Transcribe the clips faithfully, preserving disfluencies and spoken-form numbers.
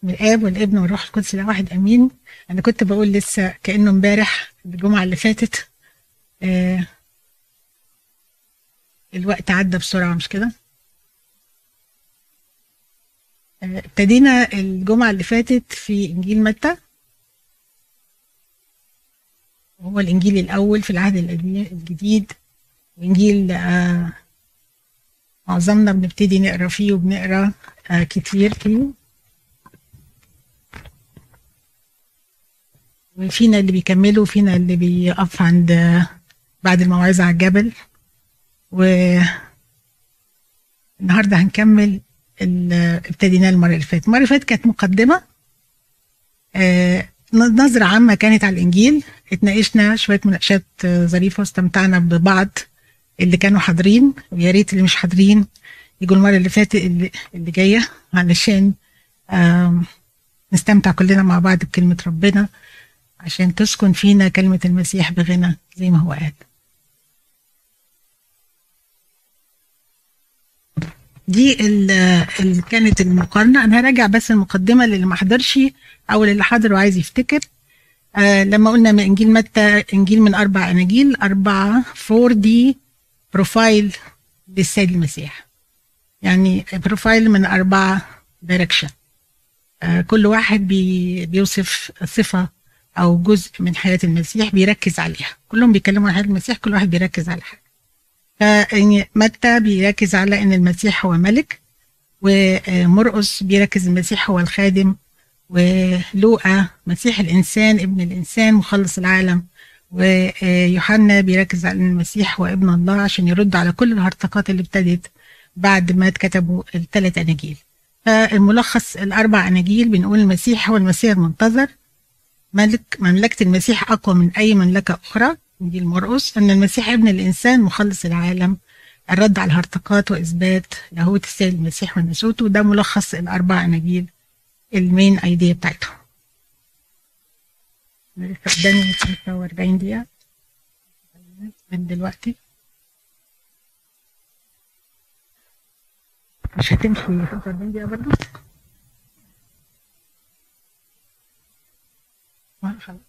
من الآب والابن والروح القدس لا واحد أمين. أنا كنت بقول لسه كأنه امبارح الجمعة اللي فاتت. آه الوقت عدى بسرعة مش كده؟ آه ابتدينا الجمعة اللي فاتت في إنجيل متى، وهو الإنجيل الأول في العهد الجديد، وإنجيل آه معظمنا بنبتدي نقرأ فيه وبنقرأ آه كتير فيه، وفينا اللي بيكملوا وفينا اللي بيقف عند بعد الموعظة على الجبل. والنهارده هنكمل ابتديناه المرة اللي فاتت. المرة اللي فاتت كانت مقدمة، آه نظرة عامة كانت على الإنجيل، اتناقشنا شوية مناقشات ظريفة واستمتعنا ببعض اللي كانوا حاضرين، ويا ريت اللي مش حاضرين يجوا المرة اللي فاتت اللي, اللي جاية علشان آه نستمتع كلنا مع بعض بكلمة ربنا، عشان تسكن فينا كلمة المسيح بغنى زي ما هو قال. دي اللي كانت المقارنة. أنا هراجع بس المقدمة للي ما حضرش أو للي حضر وعايز يفتكر. آه لما قلنا من إنجيل متى إنجيل من أربع أناجيل، أربعة فور دي بروفايل للسيد المسيح، يعني بروفايل من أربعة دايركشن. آه كل واحد بي بيوصف صفة أو جزء من حياة المسيح بيركز عليها. كلهم بيتكلموا عن حياة المسيح، كل واحد بيركز على حاجة. فمتى بيركز على ان المسيح هو ملك، ومرقس بيركز المسيح هو الخادم، ولوقا مسيح الانسان ابن الانسان مخلص العالم، ويوحنا بيركز على ان المسيح هو ابن الله عشان يرد على كل الهرطقات اللي ابتدت بعد ما اتكتبوا الثلاث اناجيل. فالملخص الاربع اناجيل بنقول المسيح هو المسيح المنتظر، ملك مملكة المسيح اقوى من اي مملكة اخرى. إنجيل مرقس أن المسيح ابن الإنسان مخلص العالم، الرد على الهرطقات وإثبات لاهوت السيد المسيح وناسوته. وده ملخص الأربع أناجيل المين أيديا بتاعتهم. لسه قدامي خمسة وأربعين دقيقة من دلوقتي، مش هتمشي خمسة وأربعين دقيقة برضه. خلاص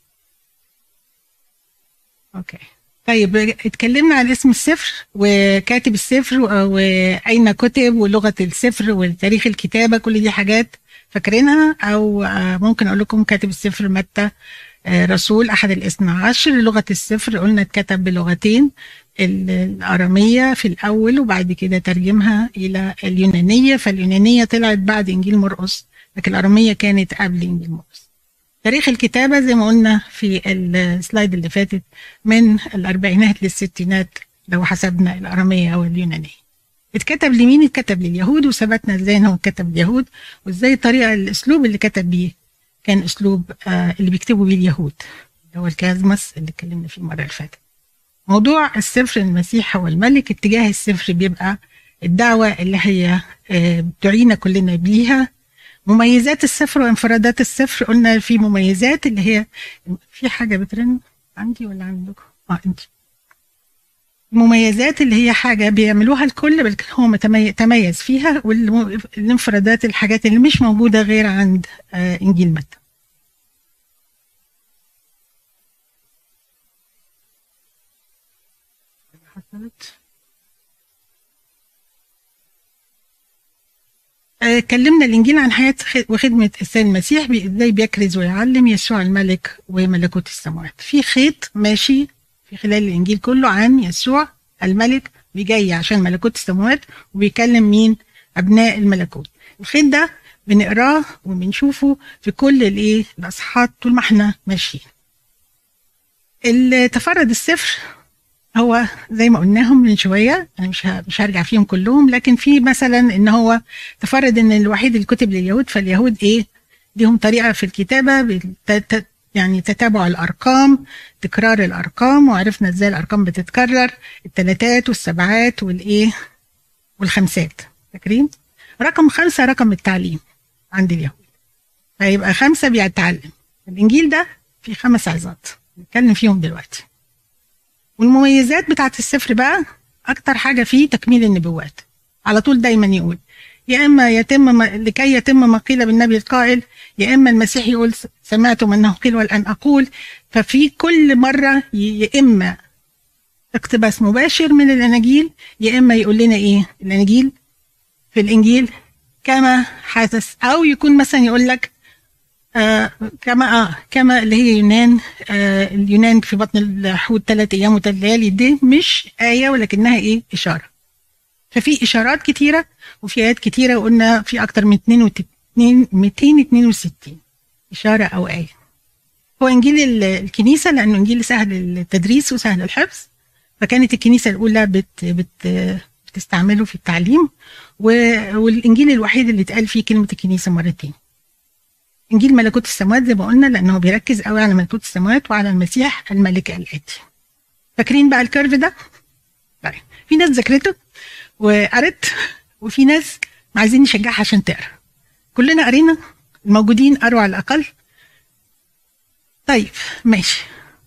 اوكي. طيب اتكلمنا عن اسم السفر وكاتب السفر واين كتب ولغه السفر وتاريخ الكتابه، كل دي حاجات فاكرينها؟ او ممكن اقول لكم كاتب السفر متى رسول احد الاثنى عشر. لغه السفر قلنا اتكتب بلغتين، الاراميه في الاول وبعد كده ترجمها الى اليونانيه، فاليونانيه طلعت بعد انجيل مرقس لكن الاراميه كانت قبل انجيل مرقس. تاريخ الكتابة زي ما قلنا في السلايد اللي فاتت من الأربعينات للستينات لو حسبنا الأرامية أو اليونانية. اتكتب لمين؟ اتكتب لليهود، وثبتنا ازاي انه اتكتب لليهود، وازاي الطريقة الأسلوب اللي كتب بيه كان أسلوب آه اللي بيكتبوا بيه اليهود، اللي هو الكازمس اللي اتكلمنا فيه المرة اللي فاتت. موضوع السفر المسيح هو الملك، اتجاه السفر بيبقى الدعوة اللي هي آه بتعينا كلنا بيها. مميزات السفر وانفرادات السفر، قلنا في مميزات اللي هي في حاجة بترن عندي ولا عندكم؟ اه انت. المميزات اللي هي حاجة بيعملوها الكل بل هو تميز فيها، والانفرادات الحاجات اللي مش موجودة غير عند آه انجيل متى. حصلت كلمنا الإنجيل عن حياة وخدمة السيد المسيح، ازاي بيكرز ويعلم يسوع الملك وملكوت السماوات. في خيط ماشي في خلال الإنجيل كله عن يسوع الملك بيجي عشان ملكوت السماوات، وبيكلم مين؟ أبناء الملكوت. الخيط ده بنقراه وبنشوفه في كل الايه الأصحاحات طول ما احنا ماشيين. اللي تفرد السفر هو زي ما قلناهم من شويه، انا مش مش هرجع فيهم كلهم، لكن في مثلا ان هو تفرد ان الوحيد اللي كتب لليهود، فاليهود ايه ليهم طريقه في الكتابه يعني تتابع الارقام، تكرار الارقام، وعرفنا ازاي الارقام بتتكرر، الثلاثات والسبعات والايه والخمسات. فاكرين؟ رقم خمسه رقم التعليم عند اليهود، فيبقى خمسه بيتعلم. الانجيل ده فيه خمس عظات نتكلم فيهم دلوقتي. والمميزات بتاعت السفر بقى اكتر حاجه فيه تكميل النبوات. على طول دايما يقول يا اما يتم ما لكي يتم ما قيل بالنبي القائل، يا اما المسيح يقول سمعتم انه قيل والان اقول. ففي كل مره يا اما اقتباس مباشر من الاناجيل، يا اما يقول لنا ايه الاناجيل في الانجيل كما حدث، او يكون مثلا يقول لك آه كما اه كما اللي هي يونان، آه اليونان في بطن الحوت ثلاث ايام وثلاث ليالي، دي مش ايه ولكنها ايه اشاره. ففي اشارات كتيره وفي ايات كتيره، وقلنا في اكتر من مئتين واثنين وستين اشاره او ايه. هو انجيل الكنيسه لانه انجيل سهل التدريس وسهل الحفظ، فكانت الكنيسه الاولى بت بت بتستعمله في التعليم، والانجيل الوحيد اللي اتقال فيه كلمه الكنيسه مرتين. انجيل ملكوت السماوات زي ما قلنا لانه بيركز قوي على ملكوت السماوات وعلى المسيح الملك الاتي. فاكرين بقى الكيرف ده؟ طيب في ناس ذاكرته وقرت، وفي ناس عايزين نشجعها عشان تقرا. كلنا قرينا، الموجودين قروا على الاقل. طيب ماشي.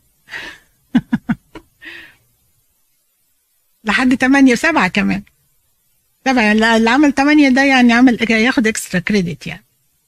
لحد ثمانية وسبعة كمان. طبعا اللي عمل ثمانية ده يعني عمل ياخد اكسترا كريدت يعني.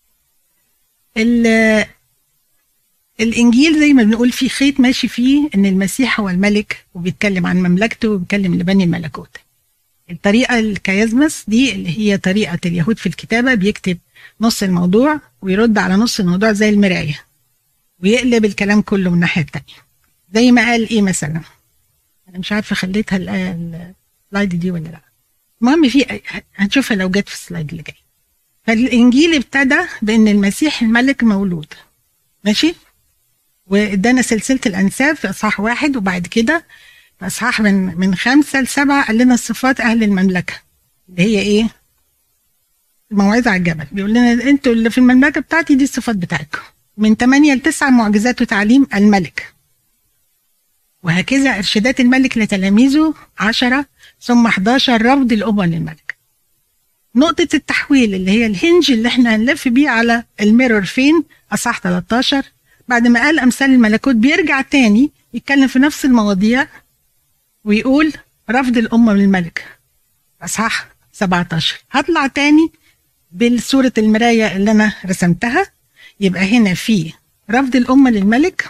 الانجيل زي ما بنقول فيه خيط ماشي فيه ان المسيح هو الملك، وبيتكلم عن مملكته وبيتكلم لبني الملكوت. الطريقه الكيازمس دي اللي هي طريقه اليهود في الكتابه، بيكتب نص الموضوع ويرد على نص الموضوع زي المرايه، ويقلب الكلام كله من الناحيه الثانيه. زي ما قال ايه مثلا، انا مش عارفه خليتها السلايد دي ولا لا، المهم في هنشوفها لو جت في السلايد اللي جاي. فالانجيل ابتدى بان المسيح الملك مولود، ماشي، وادانا سلسله الانساب في اصحاح واحد، وبعد كده في اصحاح من من خمسه لسبعه قال لنا صفات اهل المملكه اللي هي ايه؟ الموعظه على الجبل. بيقول لنا انتوا اللي في المملكه بتاعتي دي الصفات بتاعتكم. من ثمانية لتسعة معجزات وتعليم الملك، وهكذا ارشادات الملك لتلاميذه عشرة، ثم احداشر رفض الامم للملك. نقطه التحويل اللي هي الهنج اللي احنا هنلف بيه على الميرور فين؟ اصحاح ثلاثة عشر. بعد ما قال امثال الملكوت بيرجع تاني يتكلم في نفس المواضيع ويقول رفض الامه للملك اصحاح سبعة عشر. هطلع تاني بالصوره المرايه اللي انا رسمتها. يبقى هنا في رفض الامه للملك،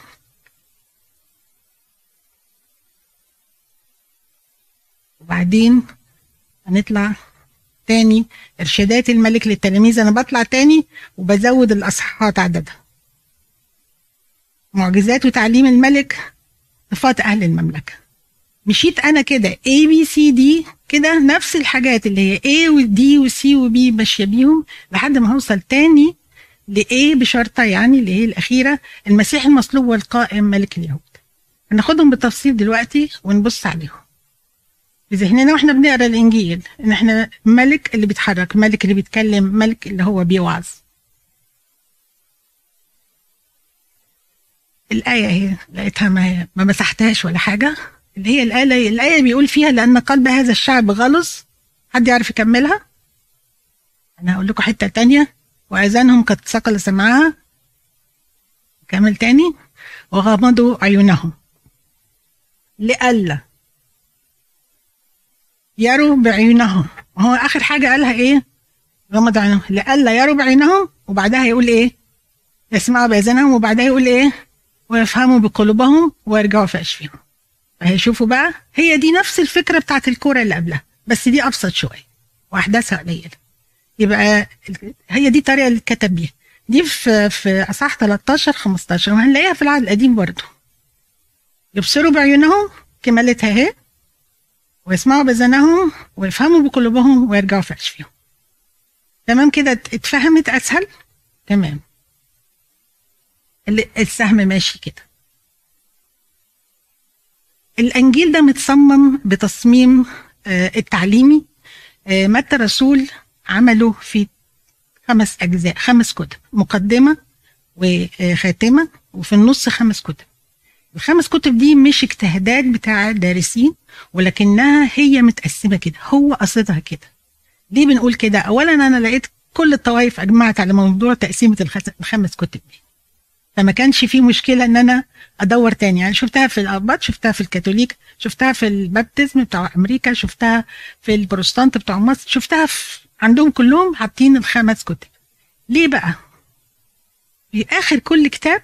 وبعدين هنطلع تاني ارشادات الملك للتلاميذ. انا بطلع تاني وبزود الاصحاحات عددها. معجزات وتعليم الملك، صفات اهل المملكه. مشيت انا كده A B C D كده، نفس الحاجات اللي هي A و D و C و B ماشيه بيهم لحد ما هوصل تاني ل A بشرطه يعني اللي هي الاخيره، المسيح المصلوب والقائم ملك اليهود. هناخدهم بالتفصيل دلوقتي ونبص عليهم في ذهننا واحنا بنقرا الانجيل، ان احنا ملك اللي بيتحرك، ملك اللي بيتكلم، ملك اللي هو بيوعظ. الآية هي لقيتها ما, ما مسحتهاش ولا حاجة، اللي هي الآية الآية بيقول فيها لأن قلب هذا الشعب غلظ. حد يعرف يكملها؟ أنا هقول لكم حتة تانية. وأذانهم قد ثقل سمعها. كمل تاني. وغمضوا عيونهم لئلا يروا بعيونهم. هو آخر حاجة قالها إيه؟ غمضوا عيونهم لئلا يروا بعيونهم، وبعدها يقول إيه؟ يسمعوا بأذانهم، وبعدها يقول إيه؟ ويفهموا بقلوبهم ويرجعوا في أشفيهم. فهيشوفوا بقى هي دي نفس الفكرة بتاعت الكورة اللي قبلها، بس دي أبسط شوية وأحداثها قليلة. يبقى هي دي الطريقة اللي اتكتب بيها. دي في في أصحاح ثلاثة عشر خمسة عشر، وهنلاقيها في العهد القديم برضه. يبصروا بعيونهم كمالتها اهي، ويسمعوا بأذانهم ويفهموا بقلوبهم ويرجعوا في أشفيهم. تمام كده اتفهمت أسهل؟ تمام. السهم ماشي كده. الانجيل ده متصمم بتصميم التعليمي. متى الرسول عمله في خمس اجزاء، خمس كتب، مقدمه وخاتمه، وفي النص خمس كتب. الخمس كتب دي مش اجتهادات بتاع دارسين، ولكنها هي متقسمه كده، هو قصدها كده. ليه بنقول كده؟ اولا انا لقيت كل الطوائف اجمعت على موضوع تقسيمه الخمس كتب دي، فما كانش في مشكله ان انا ادور تاني. يعني شفتها في الاباط، شفتها في الكاثوليك، شفتها في البابتزم بتاع امريكا، شفتها في البروتستانت بتاع مصر، شفتها في عندهم كلهم حاطين الخمس كتب. ليه بقى؟ في آخر كل كتاب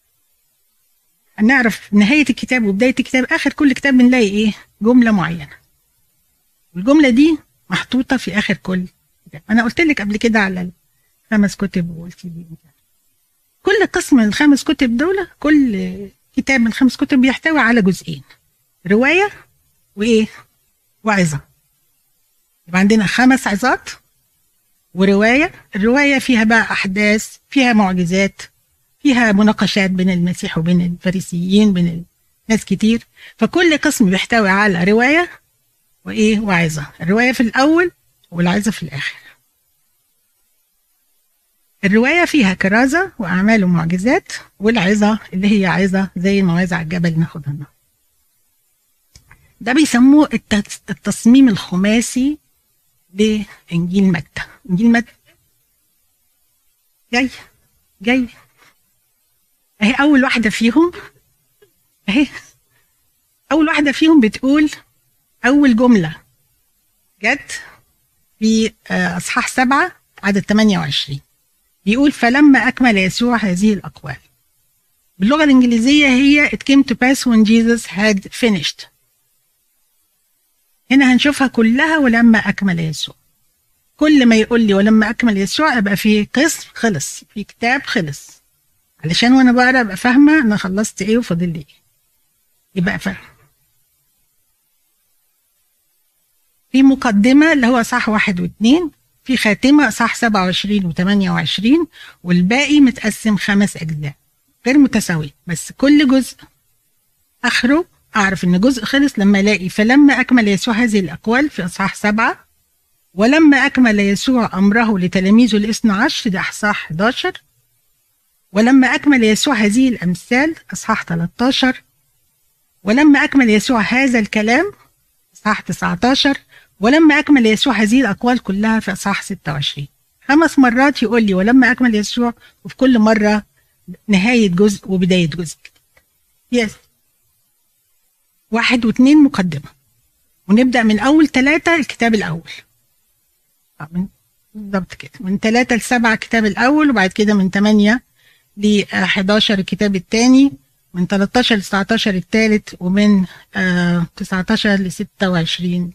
نعرف نهاية الكتاب وبداية الكتاب، آخر كل كتاب بنلاقي إيه؟ جملة معينة. والجملة دي محطوطة في آخر كل كتاب. أنا قلت لك قبل كده على الخمس كتب وقلت لي كل قسم من الخمس كتب دول، كل كتاب من الخمس كتب بيحتوي على جزئين، رواية وإيه؟ وعظة. يبقى عندنا خمس عظات ورواية. الرواية فيها بقى أحداث، فيها معجزات، فيها مناقشات بين المسيح وبين الفريسيين، بين ناس كتير. فكل قسم بيحتوي على رواية وإيه؟ وعظة. الرواية في الأول والعظة في الآخر. الرواية فيها كرازة وأعمال ومعجزات، والعظة اللي هي عظة زي الموعظة على الجبل ناخدها النهارده. ده بيسموه التصميم الخماسي لإنجيل متى. إنجيل متى جاي جاي اهي أول واحدة فيهم، اهي أول واحدة فيهم بتقول أول جملة جت في أصحاح سبعة عدد ثمانية وعشرين، بيقول فلما أكمل يسوع هذه الأقوال. باللغة الإنجليزية هي it came to pass when Jesus had finished. هنا هنشوفها كلها ولما أكمل يسوع. كل ما يقول لي ولما أكمل يسوع أبقى في قسم خلص، في كتاب خلص، علشان وأنا بقرأ أبقى فاهمة أنا خلصت إيه وفاضل لي إيه. يبقى فاهم. في مقدمة اللي هو صح واحد واثنين، في خاتمة صح سبعة وعشرين وثمانية وعشرين، والباقي متقسم خمس أجزاء غير متساوية، بس كل جزء آخره أعرف إن جزء خلص لما ألاقي فلما أكمل يسوع هذه الأقوال في أصحاح سبعة، ولما أكمل يسوع أمره لتلاميذه الاثنى عشر ده أصحاح إحدى عشر، ولما أكمل يسوع هذه الأمثال أصحاح ثلاثة عشر، ولما أكمل يسوع هذا الكلام أصحاح تسعة عشر، ولما أكمل يسوع هذه الأقوال كلها في أصحاح ستة وعشرين. خمس مرات يقول لي ولما أكمل يسوع، وفي كل مرة نهاية جزء وبداية جزء. يس. واحد واثنين مقدمة، ونبدأ من أول ثلاثة الكتاب الأول. بالضبط كده، من ثلاثة لسبعة الكتاب الأول، وبعد كده من ثمانية ل أحد عشر الكتاب الثاني، من ثلاثة عشر ل تسعة عشر الثالث، ومن آه تسعة عشر ل ستة وعشرين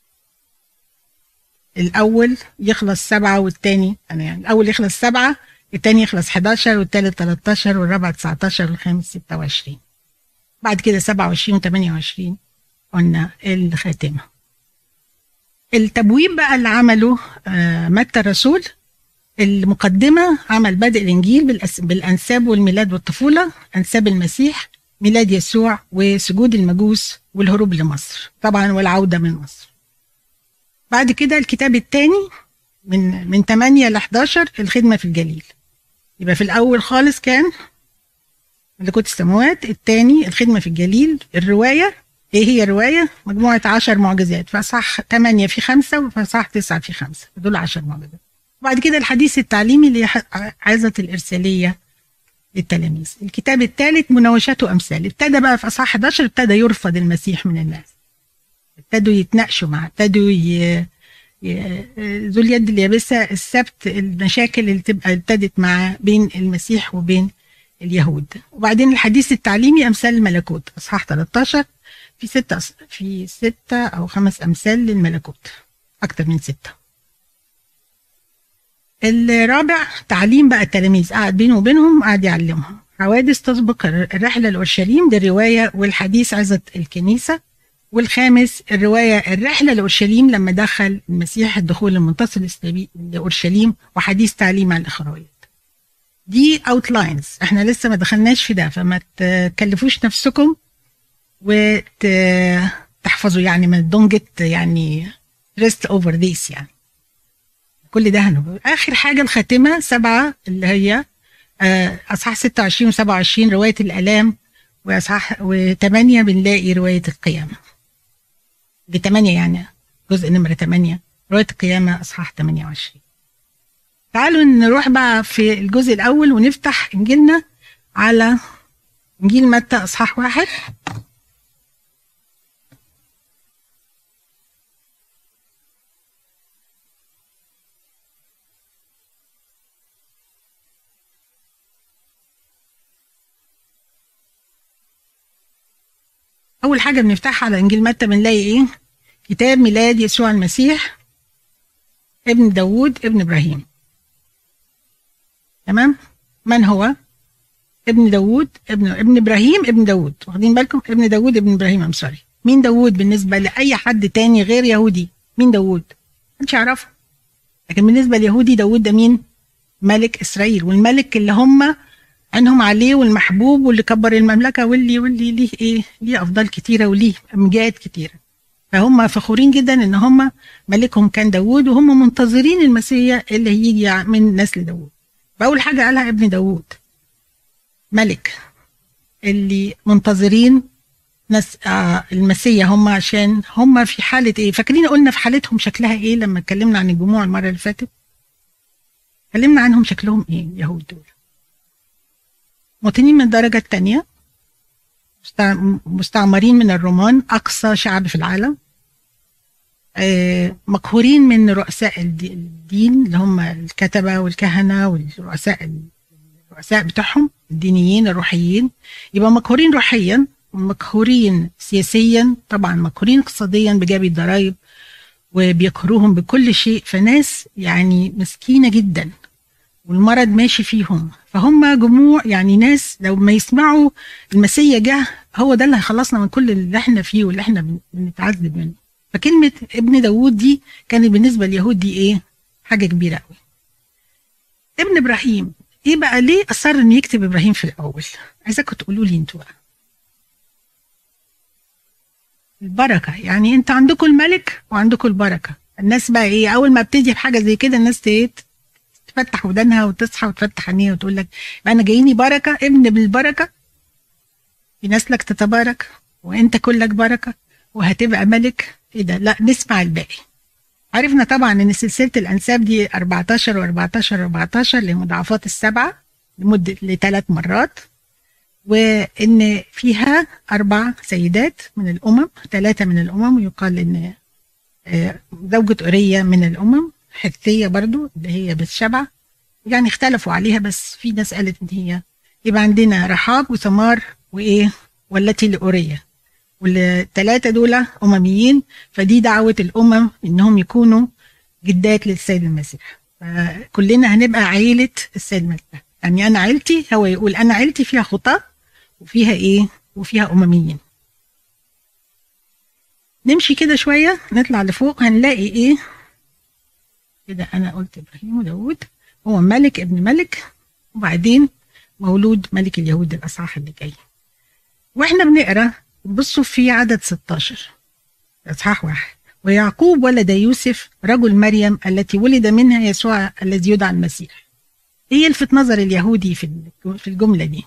الأول يخلص سبعة، والثاني أنا يعني الأول يخلص سبعة، الثاني يخلص أحد عشر، والثالث ثلاثة عشر، والرابع تسعة عشر، والخامس ستة وعشرين. بعد كده سبعة وعشرين وثمانية وعشرين قلنا الخاتمة. التبويب بقى اللي عمله آه متى الرسول، المقدمة عمل بدء الإنجيل بالأنساب والميلاد والطفولة، أنساب المسيح، ميلاد يسوع، وسجود المجوس، والهروب لمصر طبعا، والعودة من مصر. بعد كده الكتاب الثاني من من ثمانية ل أحد عشر الخدمة في الجليل. يبقى في الأول خالص كان ملكوت السماوات، الثاني الخدمة في الجليل، الرواية. ايه هي الرواية؟ مجموعة عشر معجزات، فصح ثمانية في خمسة، وفصح تسعة في خمسة، دول عشر معجزات. بعد كده الحديث التعليمي اللي عظة الإرسالية للتلاميذ. الكتاب الثالث مناوشات وأمثال. ابتدى بقى في أصحاح أحد عشر ابتدى يرفض المسيح من الناس، ابتدوا يتناقشوا معه، ابتدوا ي... ي... ذو اليد اليابسة، السبت، المشاكل اللي تبقى ابتدت مع بين المسيح وبين اليهود. وبعدين الحديث التعليمي أمثال الملكوت أصحاح ثلاثة عشر، في ستة في ستة أو خمس أمثال للملكوت، أكتر من ستة. الرابع تعليم بقى التلاميذ، قعد بينه وبينهم قعد يعلمهم. حوادث تسبق الرحلة لأورشليم، دي الرواية، والحديث عظة الكنيسة. والخامس الرواية الرحلة لأورشليم لما دخل المسيح، الدخول المنتصر لأورشليم، وحديث تعليم عن الأخرويات. دي اوتلاينز، احنا لسه ما دخلناش في ده، فما تكلفوش نفسكم وتحفظوا يعني، ما دونجت يعني ريست اوفر ذيس يعني. كل ده هنقول. اخر حاجه الخاتمه سبعه اللي هي اصحاح ستة وعشرين و سبعة وعشرين روايه الالام، واصحاح وثمانية بنلاقي روايه القيامه. بثمانية يعني جزء نمره ثمانية روايه القيامه اصحاح ثمانية وعشرين. تعالوا نروح بقى في الجزء الاول ونفتح انجيلنا على انجيل متى اصحاح واحد. اول حاجه بنفتحها على انجيل متى بنلاقي ايه؟ كتاب ميلاد يسوع المسيح ابن داوود ابن ابراهيم. تمام؟ من هو؟ ابن داوود ابن ابن ابراهيم ابن داوود، واخدين بالكم؟ ابن داوود ابن ابراهيم. ام سوري. مين داوود بالنسبه لاي حد تاني غير يهودي؟ مين داوود؟ محدش يعرفه. لكن بالنسبه لليهودي داوود ده مين؟ ملك اسرائيل، والملك اللي هم عنهم عليه والمحبوب واللي كبر المملكه واللي واللي ليه ايه؟ ليه افضال كتيره وليه امجاد كتيره. فهم فخورين جدا ان هم ملكهم كان داوود، وهم منتظرين المسيح اللي هيجي من نسل داوود. فاول حاجه قالها ابن داوود ملك، اللي منتظرين ناس آه المسيح. هم عشان هم في حاله ايه؟ فاكرين قلنا في حالتهم شكلها ايه لما اتكلمنا عن الجموع المره اللي فاتت؟ اتكلمنا عنهم شكلهم ايه اليهود دول؟ مواطنين من الدرجه الثانيه، مستعمرين من الرومان، اقصى شعب في العالم، آه مقهورين من رؤساء الدين اللي هم الكتبه والكهنه والرؤساء الرؤساء بتاعهم الدينيين الروحيين. يبقى مقهورين روحيا، مقهورين سياسيا، طبعا مقهورين اقتصاديا بجاب الضرائب وبيقهروهم بكل شيء. فناس يعني مسكينه جدا والمرض ماشي فيهم. فهم جموع يعني ناس لو ما يسمعوا المسيح جه هو ده اللي هيخلصنا من كل اللي احنا فيه واللي احنا بنتعذب منه. فكلمه ابن داوود دي كانت بالنسبه لليهود دي ايه؟ حاجه كبيره قوي. ابن ابراهيم ايه بقى؟ ليه اصر انه يكتب ابراهيم في الاول؟ عايزاكم تقولوا لي انتوا بقى. البركه، يعني انت عندكم الملك وعندكم البركه. الناس بقى ايه اول ما بتيجي بحاجه زي كده الناس تفتح ودانها وتصحى وتفتح عينيها وتقول لك انا جايني بركه، ابن بالبركه، في نسلك تتبارك وانت كلك بركه وهتبقى ملك. ايه ده؟ لا نسمع الباقي. عرفنا طبعا ان سلسله الانساب دي أربعتاشر وأربعتاشر وأربعتاشر لمضاعفات السبعه لمده لثلاث مرات، وان فيها اربع سيدات من الامم، ثلاثه من الامم، ويقال ان زوجة أورية من الامم، حثيه برضو اللي هي بالشبع، يعني اختلفوا عليها بس في ناس قالت ان هي. يبقى عندنا رحاب وثمار وايه والتي لأورية، والثلاثه دول امميين. فدي دعوه الامم انهم يكونوا جدات للسيد المسيح. فكلنا هنبقى عيله السيد المسيح. يعني انا عيلتي، هو يقول انا عيلتي فيها خطاه وفيها ايه؟ وفيها امميين. نمشي كده شويه نطلع لفوق هنلاقي ايه كده. انا قلت ابراهيم وداود هو ملك ابن ملك، وبعدين مولود ملك اليهود الاصحاح اللي جاي. واحنا بنقرا بصوا في عدد ستاشر اصحاح واحد: ويعقوب ولد يوسف رجل مريم التي ولد منها يسوع الذي يدعى المسيح. ايه يلفت نظر اليهودي في في الجمله دي؟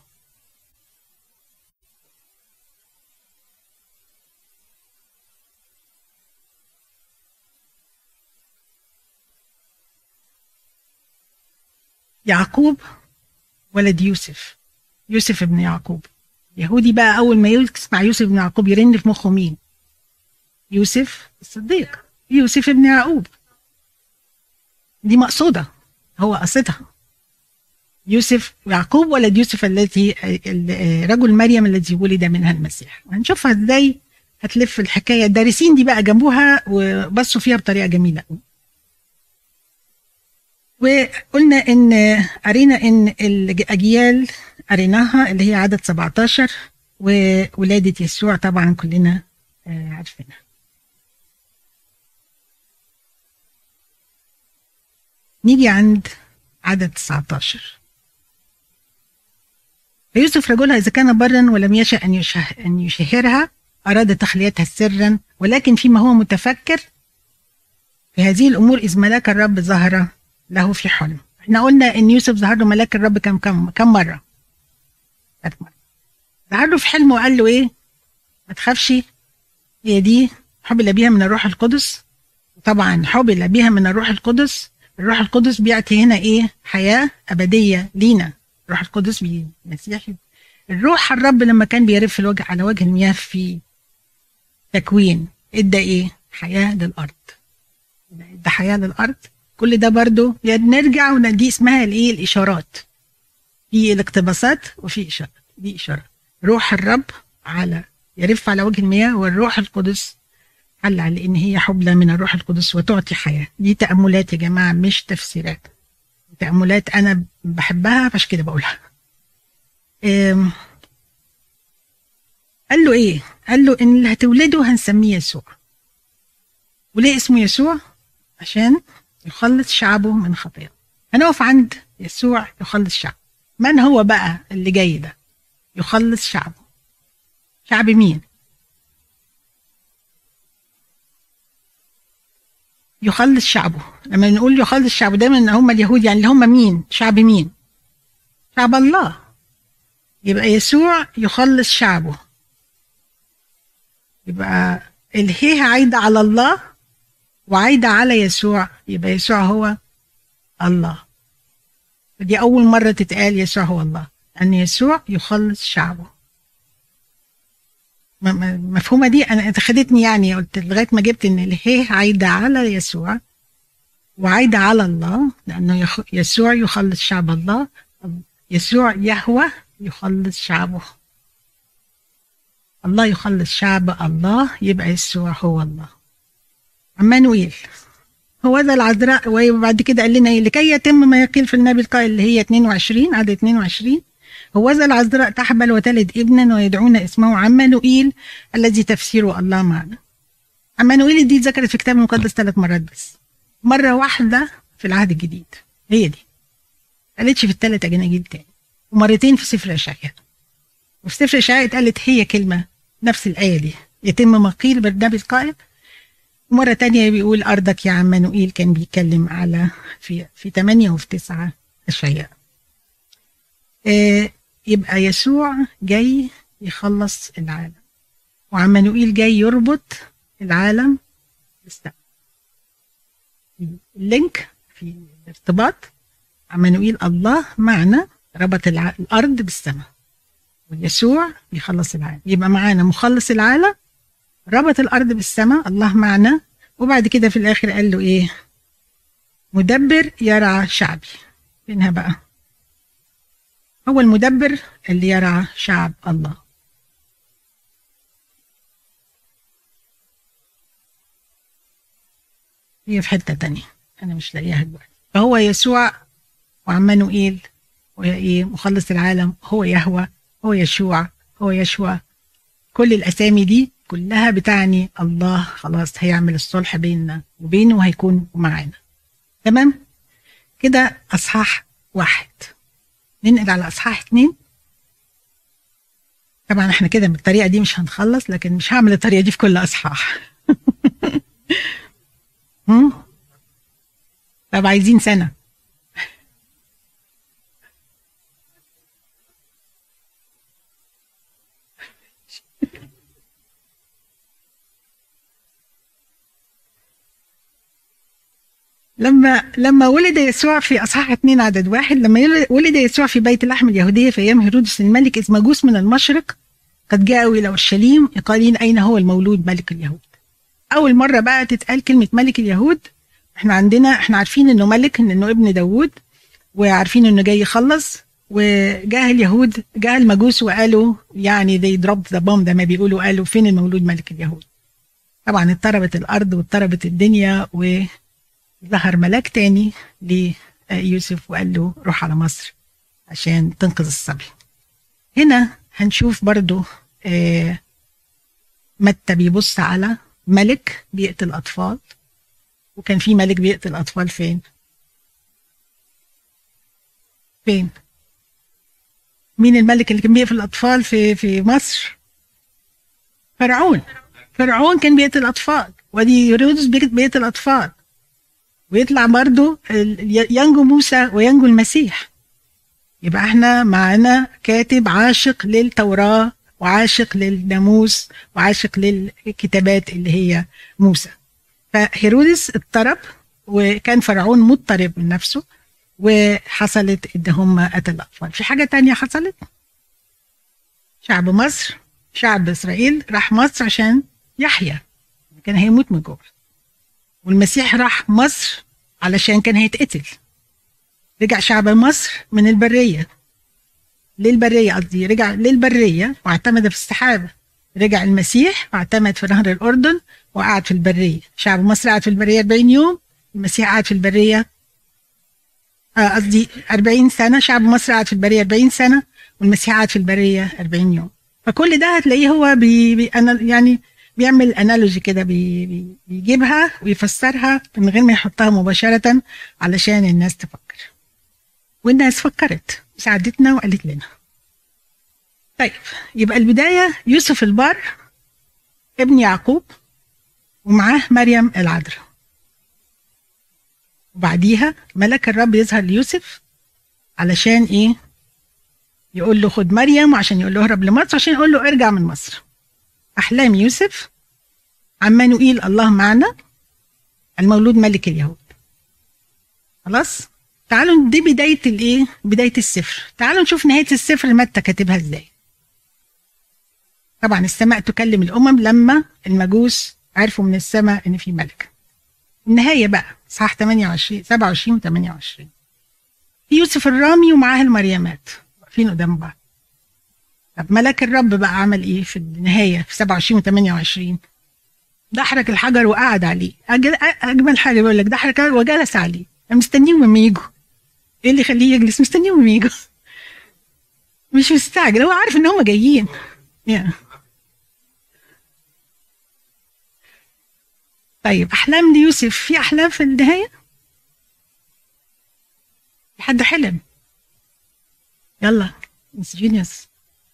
يعقوب ولد يوسف، يوسف ابن يعقوب. يهودي بقى اول ما يسمع يوسف ابن يعقوب يرن في مخه مين؟ يوسف الصديق، يوسف ابن يعقوب. دي مقصوده، هو قصدها. يوسف يعقوب ولد يوسف الذي رجل مريم الذي ولد منها المسيح. هنشوفها ازاي هتلف الحكايه. الدارسين دي بقى جنبوها وبصوا فيها بطريقه جميله. وقلنا ان قرينا ان الاجيال قريناها اللي هي عدد سبعتاشر، وولاده يسوع طبعا كلنا عارفينها. نيجي عند عدد تسعتاشر: فيوسف رجلها إذا كان برا ولم يشأ أن أن يشهرها أراد تخليتها سرا، ولكن فيما هو متفكر في هذه الأمور إذ ملاك الرب ظهر له في حلم. احنا قلنا إن يوسف ظهر له ملاك الرب كم كم كم مرة؟ ثلاث مرات. ظهر له في حلم وقال له إيه؟ ما تخافش، هي دي حبل بها من الروح القدس. طبعا حبل بها من الروح القدس، الروح القدس بيعطي هنا إيه؟ حياة أبدية لينا. الروح القدس بيمسيح الروح الرب لما كان بيرف في الوجه على وجه المياه في تكوين ادى ايه؟ حياه للارض. ادى حياه للارض. كل ده برضو نرجع وندي اسمها الايه؟ الاشارات. في الاقتباسات وفي اشارات. دي اشارات روح الرب على يرف على وجه المياه، والروح القدس حل على ان هي حبلى من الروح القدس وتعطي حياه. دي تاملات يا جماعه مش تفسيرات، تاملات انا بحبها عشان كده بقولها. أم، قال له ايه؟ قال له ان اللي هتولده هنسميه يسوع. وليه اسمه يسوع؟ عشان يخلص شعبه من خطاياه. هنقف عند يسوع يخلص شعبه. من هو بقى اللي جاي ده يخلص شعبه؟ شعب مين؟ يخلص شعبه. لما نقول يخلص شعبه دايما ان هم اليهود، يعني اللي هم مين؟ شعب مين؟ شعب الله. يبقى يسوع يخلص شعبه. يبقى الهيه عايدة على الله وعايدة على يسوع، يبقى يسوع هو الله. دي أول مرة تتقال يسوع هو الله، أن يسوع يخلص شعبه. مفهومة دي؟ أنا خدتني يعني، قلت لغاية ما جبت إن الهيه عايدة على يسوع وعايدة على الله، لأنه يسوع يخلص شعب الله. يسوع يهوى يخلص شعبه. الله يخلص شعب الله، يبقى يسوع هو الله. عمانوئيل هو ذا العذراء. وبعد كده قال لنا لكي يتم ما يقيل في النبي القائل اللي هي اتنين وعشرين، عدد اتنين وعشرين، هو ذا العذراء تحبل وتلد ابنا ويدعون اسمه عمانوئيل الذي تفسيره الله معنا. عمانوئيل دي اتذكرت في الكتاب المقدس ثلاث مرات بس، مرة واحدة في العهد الجديد، هي دي قالتش في الثلاث أجناجيل تاني، ومرتين في سفر إشعياء. وفي سفر إشعياء اتقالت هي كلمة نفس الآية دي، يتم ما قيل بالنبي القائل. ومرة تانية بيقول أرضك يا عمانوئيل، كان بيتكلم على في في ثمانية وفي تسعة إشعياء. آه يبقى يسوع جاي يخلص العالم، وعمانوئيل جاي يربط العالم بالسماء. اللينك في الارتباط، عمانوئيل الله معنا ربط الأرض بالسماء، ويسوع بيخلص العالم. يبقى معانا مخلص العالم ربط الأرض بالسماء، الله معنا. وبعد كده في الآخر قال له إيه؟ مدبر يرعى شعبي. فينها بقى؟ هو المدبر اللي يرعى شعب الله. هي في حتة تانية أنا مش لاقيها دلوقتي. فهو يسوع وعمانوئيل وإيه؟ مخلص العالم، هو يهوى، هو يشوع، هو يشوع. كل الأسامي دي كلها بتعني الله خلاص هيعمل الصلح بيننا وبينه وهيكون معانا. تمام كده؟ أصحاح واحد. ننقل على أصحاح اتنين. طبعا احنا كده بالطريقة دي مش هنخلص، لكن مش هعمل الطريقة دي في كل أصحاح. طب عايزين سنة. لما لما ولد يسوع في اصحاح اتنين عدد واحد، لما ولد يسوع في بيت لحم اليهوديه في ايام هيرودس الملك، اذ مجوس من المشرق قد جاءوا الى اورشليم قائلين اين هو المولود ملك اليهود. اول مره بقى تتقال كلمه ملك اليهود. احنا عندنا احنا عارفين انه ملك، انه ابن داوود، وعارفين انه جاي يخلص. وجاه اليهود، جاه المجوس وقالوا يعني they dropped the bomb، ده ما بيقولوا، قالوا فين المولود ملك اليهود. طبعا اضطربت الارض واضطربت الدنيا، و ظهر ملاك تاني ليوسف وقال له روح على مصر عشان تنقذ الصبي. هنا هنشوف برضو آه متى بيبص على ملك بيقتل أطفال. وكان في ملك بيقتل أطفال فين؟ فين؟ مين الملك اللي كان بيقتل الأطفال في في مصر؟ فرعون. فرعون كان بيقتل أطفال، ودي هيرودس بيقتل أطفال. ويطلع برضو ينجو موسى وينجو المسيح. يبقى احنا معنا كاتب عاشق للتوراة وعاشق للناموس وعاشق للكتابات اللي هي موسى. فهيرودس اضطرب، وكان فرعون مضطرب من نفسه، وحصلت ان هم قتل الاطفال. في حاجة تانية حصلت، شعب مصر، شعب اسرائيل راح مصر عشان يحيى، كان هيموت من جوه. والمسيح راح مصر علشان كان هيتقتل. رجع شعب مصر من البرية للبرية، قصدي رجع للبرية واعتمد في السحابة رجع المسيح واعتمد في نهر الأردن وقعد في البرية. شعب مصر قعد في البرية أربعين يوم، المسيح قعد في البرية قصدي آه أربعين سنة. شعب مصر قعد في البرية أربعين سنة والمسيح قعد في البرية أربعين يوم. فكل ده هتلاقيه هو بي بي أنا يعني بيعمل انالوجي كده، بي بي بيجيبها ويفسرها من غير ما يحطها مباشرة علشان الناس تفكر. والناس فكرت ساعدتنا وقالت لنا. طيب يبقى البداية يوسف البار ابن يعقوب ومعاه مريم العذراء، وبعديها ملك الرب يظهر ليوسف علشان ايه؟ يقول له خد مريم، وعشان يقول له اهرب لمصر، عشان يقول له ارجع من مصر. احلام يوسف، عمانوئيل الله معنا، المولود ملك اليهود. خلاص تعالوا دي بداية الايه؟ بداية السفر. تعالوا نشوف نهاية السفر متى كاتبها ازاي. طبعا السماء تكلم الامم لما المجوس عرفوا من السماء ان في ملك. النهاية بقى صح ثمانية وعشرين سبعة وعشرين وثمانية وعشرين. في يوسف الرامي ومعاه المريمات واقفين قدام بعض. طب ملك الرب بقى عمل ايه في النهاية في سبعة وعشرين وثمانية وعشرين؟ دحرج الحجر وقعد عليه. اجمل حاجة بيقول لك دحرج وجلس عليه، مستنيهم لما يجوا. ايه اللي يخليه يجلس؟ مستنيهم لما يجوا، مش مستعجل، هو عارف ان هم جايين. yeah. طيب احلام ليوسف، في احلام في النهايه؟ في حد حلم؟ يلا مس جينيوس.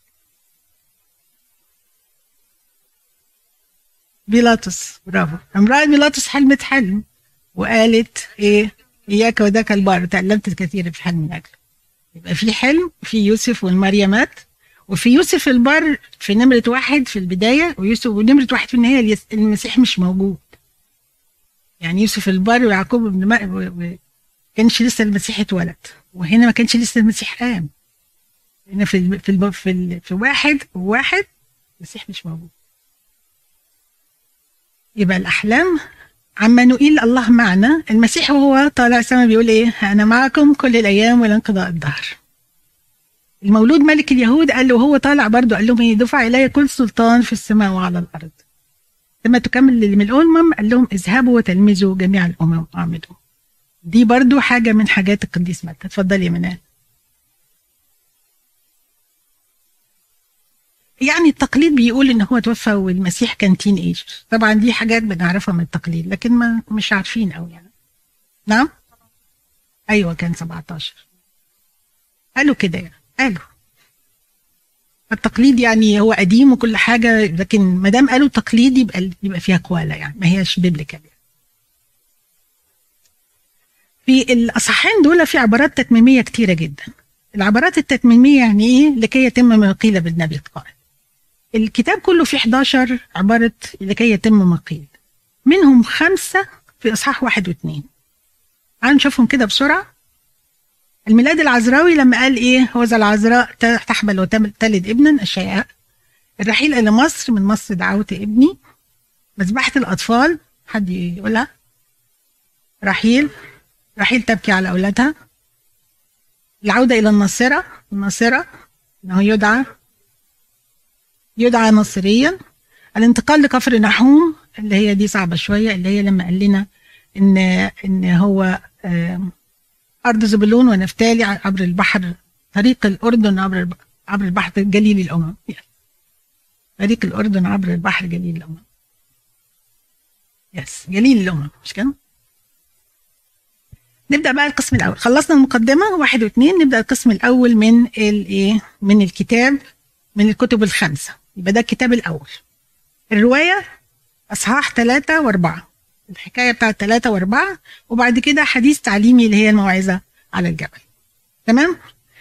بيلاطس، برافو. امرأة بيلاطس حلمت حلم وقالت ايه؟ اياك وذاك البار تألمت كثيرا في حلم من اجله. يبقى في حلم، في يوسف والمريمات، وفي يوسف البار في نمرة واحد في البداية، ويوسف ونمرة واحد في النهاية. المسيح مش موجود. يعني يوسف البار ويعقوب ابن ما كانش لسه المسيح اتولد، وهنا ما كانش لسه المسيح قام. هنا في ال في ال في, ال في واحد وواحد المسيح مش موجود. يبقى الأحلام عمانوئيل الله معنا. المسيح وهو طالع السماء بيقول ايه؟ أنا معكم كل الأيام ولا انقضاء الدهر. المولود ملك اليهود قال له وهو طالع برضه قال لهم ايه؟ دفع إلي كل سلطان في السماء وعلى الأرض. لما تكمل من الأمم قال لهم اذهبوا وتلمذوا جميع الأمم واعمدوا. دي برضو حاجة من حاجات القديس متى. اتفضلي يا منال. يعني التقليد بيقول ان هو توفى والمسيح كان تين ايجر. طبعا دي حاجات بنعرفها من التقليد لكن ما مش عارفين قوي يعني. نعم ايوه كان سبعتاشر. قالوا كده يعني. قالوا التقليد يعني هو قديم وكل حاجة، لكن ما دام قالوا تقليد يبقى يبقى فيها قوالة يعني، ما هياش بيبليكال يعني. في الأصحاحين دول في عبارات تتميمية كتيرة جدا. العبارات التتميمية يعني إيه؟ لكي يتم ما قيل بالنبي القائل. الكتاب كله فيه حداشر عبارة لكي يتم ما قيل، منهم خمسة في إصحاح واحد واثنين. تعالوا نشوفهم كده بسرعة. الميلاد العذراوي لما قال إيه؟ هو ذا العذراء تحبل وتلد ابنا الشيعاء. الرحيل إلى مصر، من مصر دعوت ابني. مذبحة الأطفال، حد يقولها؟ رحيل رحيل تبكي على أولادها. العودة إلى الناصرة، الناصرة أنه يدعى يدعى ناصريا. الانتقال لكفر نحوم اللي هي دي صعبة شوية، اللي هي لما قال لنا إن إن هو أرض زبلون ونفتالي عبر البحر، طريق الأردن عبر عبر البحر جليل الأمم. طريق الأردن عبر البحر جليل الأمم. يس جليل الأمم مش كده؟ نبدأ بقى القسم الأول. خلصنا المقدمة واحد واثنين، نبدأ القسم الأول من الإيه؟ من الكتاب، من الكتب الخمسة. يبقى ده الكتاب الأول. الرواية أصحاح ثلاثة وأربعة، الحكاية بتاعت ثلاثة وأربعة، وبعد كده حديث تعليمي اللي هي الموعظة على الجبل. تمام؟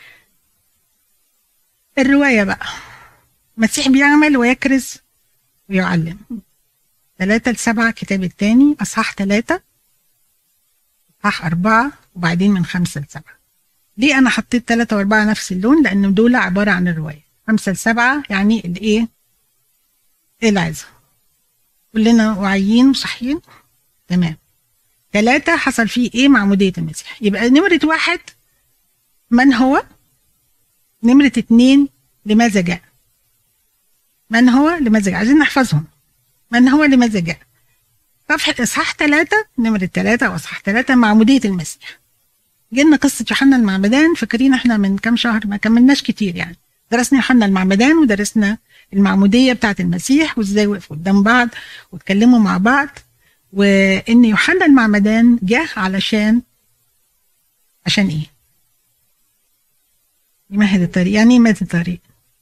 الرواية بقى المسيح بيعمل ويكرز ويعلم. ثلاثة لسبعة الكتاب الثاني، أصحاح ثلاثة، أصحاح أربعة، وبعدين من خمسة لسبعة. ليه أنا حطيت ثلاثة وأربعة نفس اللون؟ لأن دول عبارة عن الرواية. خمسة لسبعة يعني الإيه؟ العظة. كلنا واعيين وصحيين؟ تمام. ثلاثة حصل فيه إيه؟ معمودية المسيح. يبقى نمرة واحد من هو؟ نمرة اتنين لماذا جاء؟ من هو لماذا جاء، عايزين نحفظهم. من هو لماذا جاء. صفحة إصحاح ثلاثة، نمرة ثلاثة أو إصحاح ثلاثة، معمودية المسيح. جينا قصة يوحنا المعمدان، فاكرين احنا من كام شهر ما كملناش كتير يعني، درسنا يوحنا المعمدان ودرسنا المعمودية بتاعة المسيح وازاي وقفوا قدام بعض واتكلموا مع بعض، وإن يوحنا المعمدان جه علشان عشان إيه؟ يمهد الطريق. يعني يمهد الطريق؟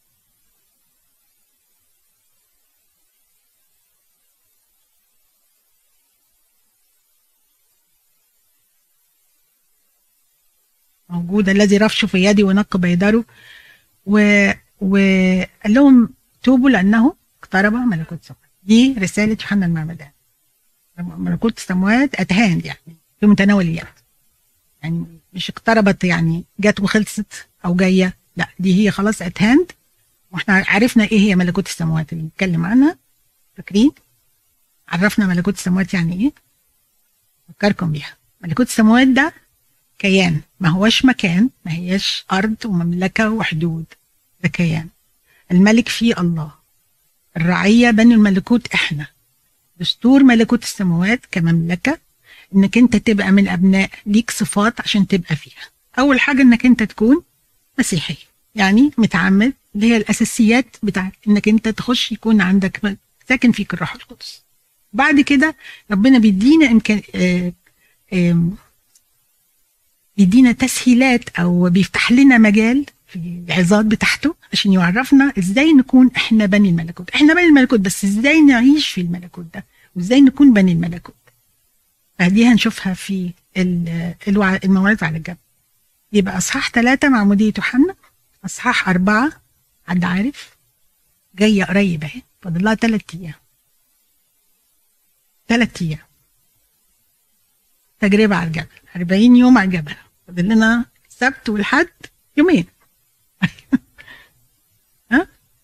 موجود الذي رفشه في يدي ونق بيدره، و... وقال لهم توبوا لأنه اقترب ملكوت السماوات. دي رسالة يوحنا المعمدان. ملكوت السماوات أتهان، يعني في متناول اليد، يعني مش اقتربت يعني جت وخلصت أو جاية، لا دي هي خلاص أتهان. واحنا عرفنا ايه هي ملكوت السماوات اللي بنتكلم عنها، فاكرين؟ عرفنا ملكوت السماوات يعني ايه؟ فكركم بيها. ملكوت السماوات ده كيان، ما هوش مكان، ما هياش أرض ومملكة وحدود، ده كيان. الملك فيه الله، الرعية بني الملكوت احنا. دستور ملكوت السماوات كمملكة انك انت تبقى من ابناء، ليك صفات عشان تبقى فيها. اول حاجة انك انت تكون مسيحي، يعني متعمد، اللي هي الاساسيات بتاعت انك انت تخش يكون عندك ساكن فيك الروح القدس. بعد كده ربنا بيدينا امكان اه اه بيدينا تسهيلات او بيفتح لنا مجال في العظات بتاعته عشان يعرفنا ازاي نكون احنا بني الملكوت. احنا بني الملكوت، بس ازاي نعيش في الملكوت ده وازاي نكون بني الملكوت. فدي هنشوفها في الموعظة على الجبل. يبقى اصحاح ثلاثة معمودية يوحنا، اصحاح أربعة حد عارف؟ جاية قريب اهي، فاضل لها ثلاث ايام. ثلاث ايام تجربة على الجبل، أربعين يوم على الجبل، فاضل لنا السبت والحد يومين. ها؟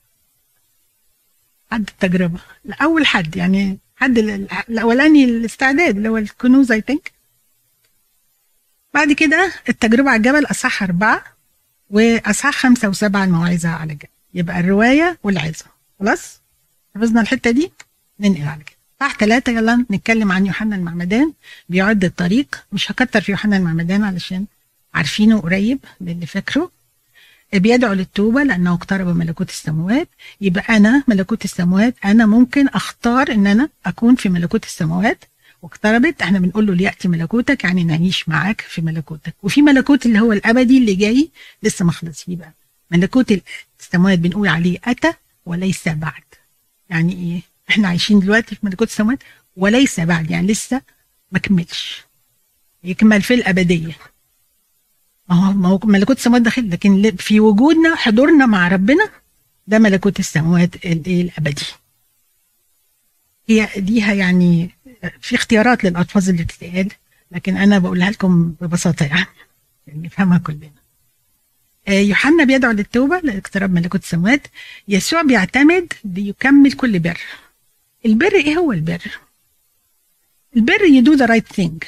حد التجربة الأول، حد يعني حد الأولاني الاستعداد اللي هو الكنوز اي ثينك. بعد كده التجربة على الجبل أصحاح أربعة، وأصحاح خمسة وسبعة الموعظة على الجبل. يبقى الرواية والعظة. خلاص حفظنا الحتة دي، ننقل على كده. صح ثلاثة. يلا نتكلم عن يوحنا المعمدان بيعد الطريق. مش هكتر في يوحنا المعمدان علشان عارفينه قريب للي فاكره. بيدعو للتوبة لأنه اقترب ملكوت السماوات. يبقى أنا ملكوت السماوات، أنا ممكن أختار إن أنا أكون في ملكوت السماوات واقتربت. احنا بنقول له ليأتي ملكوتك، يعني نعيش معاك في ملكوتك. وفي ملكوت اللي هو الأبدي اللي جاي لسه ما خلصش. يبقى ملكوت السماوات بنقول عليه أتى وليس بعد. يعني إيه؟ احنا عايشين دلوقتي في ملكوت السماوات وليس بعد، يعني لسه ما كملش، يكمل في الأبدية. ما هو ما هو ملكوت السماوات داخل، لكن في وجودنا حضورنا مع ربنا ده ملكوت السماوات الأبدي. هي ديها يعني في اختيارات للألفاظ اللي بتتقال، لكن أنا بقولها لكم ببساطة يعني نفهمها كلنا. يوحنا بيدعو للتوبة لاقتراب ملكوت السماوات. يسوع بيعتمد ليكمل كل بر. البر ايه هو البر؟ البر you do the right thing.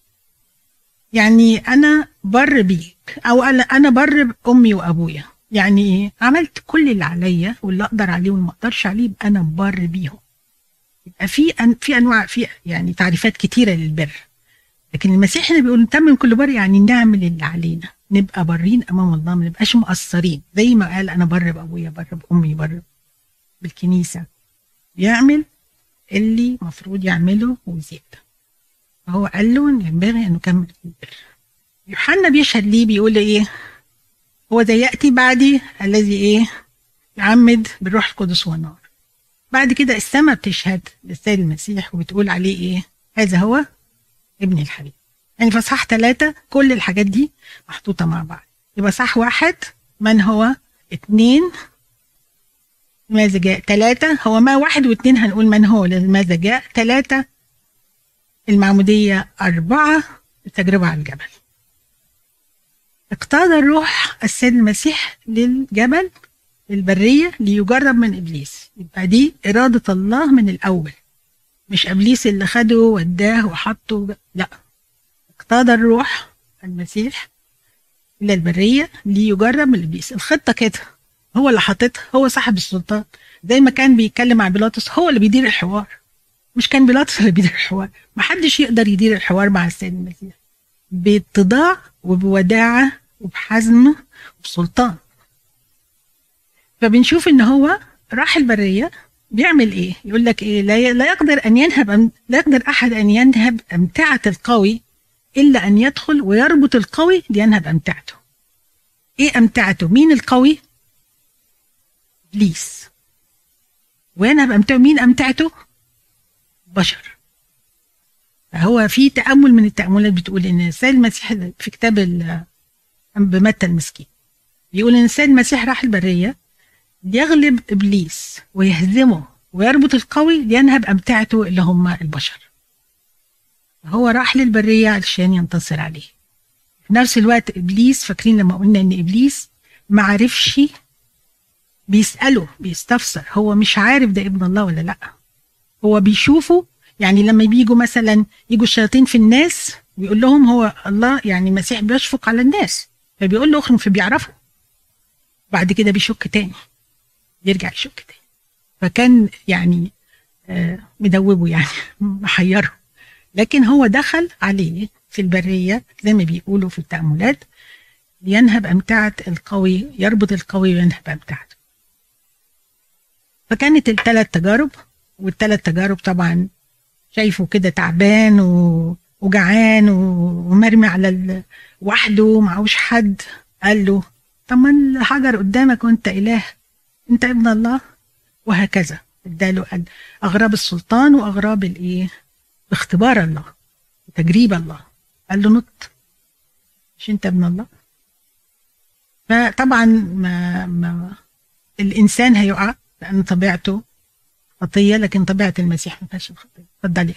يعني انا بر بيك، او انا انا بر بامي وابويا. يعني ايه؟ عملت كل اللي عليا واللي اقدر عليه واللي ما اقدرش عليه، يبقى انا بر بيهم. يبقى في أن في انواع، في يعني تعريفات كتيره للبر. لكن المسيح هنا بيقول نتمم كل بر، يعني نعمل اللي علينا، نبقى برين امام الله، ما نبقاش مقصرين. زي ما قال انا بر بابويا، بر بامي، بر بالكنيسه. يعمل اللي مفروض يعمله وزيادة. فهو قال له ان ينبغي ان نكمل البر. يوحنا بيشهد ليه، بيقول ايه؟ هو ده ياتي بعدي الذي ايه؟ يعمد بالروح القدس والنار. بعد كده السماء بتشهد للسيد المسيح وبتقول عليه ايه؟ هذا هو ابن الحبيب. يعني في اصحاح ثلاثة كل الحاجات دي محطوطة مع بعض. يبقى صح واحد من هو، اثنين لماذا جاء، ثلاثة هو ما، واحد واثنين هنقول من هو لماذا جاء، ثلاثة المعمودية، أربعة التجربة على الجبل. اقتاد الروح السيد المسيح للجبل البرية ليجرب من إبليس. يبقى دي إرادة الله من الأول، مش إبليس اللي خده وداه وحطه، لا. اقتاد الروح المسيح إلى البرية ليجرب من إبليس. الخطة كده، هو اللي حاططها، هو صاحب السلطان. زي ما كان بيتكلم مع بيلاطس، هو اللي بيدير الحوار، مش كان بيلاطس اللي بيدير الحوار. محدش يقدر يدير الحوار مع السيد المسيح باتضاع وبوداعة وبحزم وبسلطان. فبنشوف ان هو راح البرية بيعمل ايه؟ يقول لك ايه؟ لا لا يقدر ان ينهب لا يقدر احد ان ينهب امتعة القوي الا ان يدخل ويربط القوي لينهب امتعته. ايه امتعته؟ مين القوي؟ ابليس. وينهب امتعته مين؟ امتعته بشر. هو في تأمل من التأملات بتقول ان السيد المسيح في كتاب بمتى المسكين بيقول ان السيد المسيح راح البرية ليغلب ابليس ويهزمه ويربط القوي لينهب امتعته اللي هم البشر. هو راح للبرية علشان ينتصر عليه. في نفس الوقت ابليس، فاكرين لما قلنا ان ابليس ما عرفش، بيسأله بيستفسر، هو مش عارف ده ابن الله ولا لا. هو بيشوفه، يعني لما بيجوا مثلا يجوا الشياطين في الناس بيقول لهم هو الله، يعني المسيح بيشفق على الناس، فبيقول له اخرج، فبيعرفوا. بعد كده بيشك تاني، يرجع يشك تاني. فكان يعني آه مدوبه، يعني محيره. لكن هو دخل عليه في البرية زي ما بيقولوا في التأملات لينهب أمتعة القوي، يربط القوي وينهب أمتعته. فكانت الثلاث تجارب، والثلاث تجارب طبعا شايفه كده تعبان وجعان ومرمي على ال... وحده معهوش حد. قال له طب ما الحجر قدامك وانت إله، انت ابن الله. وهكذا اداله أغراب السلطان وأغراب الايه، باختبار الله وتجريب الله. قال له نط، مش انت ابن الله. فطبعا ما, ما الإنسان هيقع لأن طبيعته خطية، لكن طبيعة المسيح ما فيهاش خطية. اتفضلي.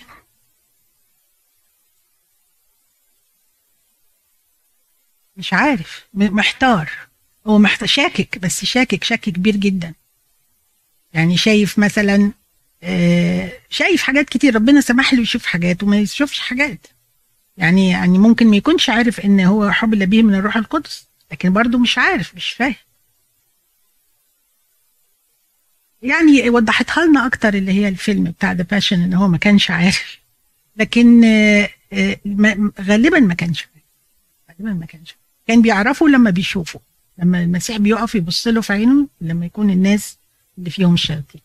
مش عارف، محتار، هو محتار، شاكك، بس شاكك شك كبير جدا. يعني شايف مثلا آه شايف حاجات كتير، ربنا سمح له يشوف حاجات وما يشوفش حاجات. يعني يعني ممكن ما يكونش عارف ان هو حبل به من الروح القدس، لكن برضه مش عارف، مش فاهم. يعني وضحتها لنا اكتر اللي هي الفيلم بتاع ذا باشن، ان هو ما كانش عارف، لكن آه آه غالبا ما كانش غالبا ما كانش كان بيعرفه لما بيشوفه، لما المسيح بيقف يبص له في عينه، لما يكون الناس اللي فيهم الشياطين.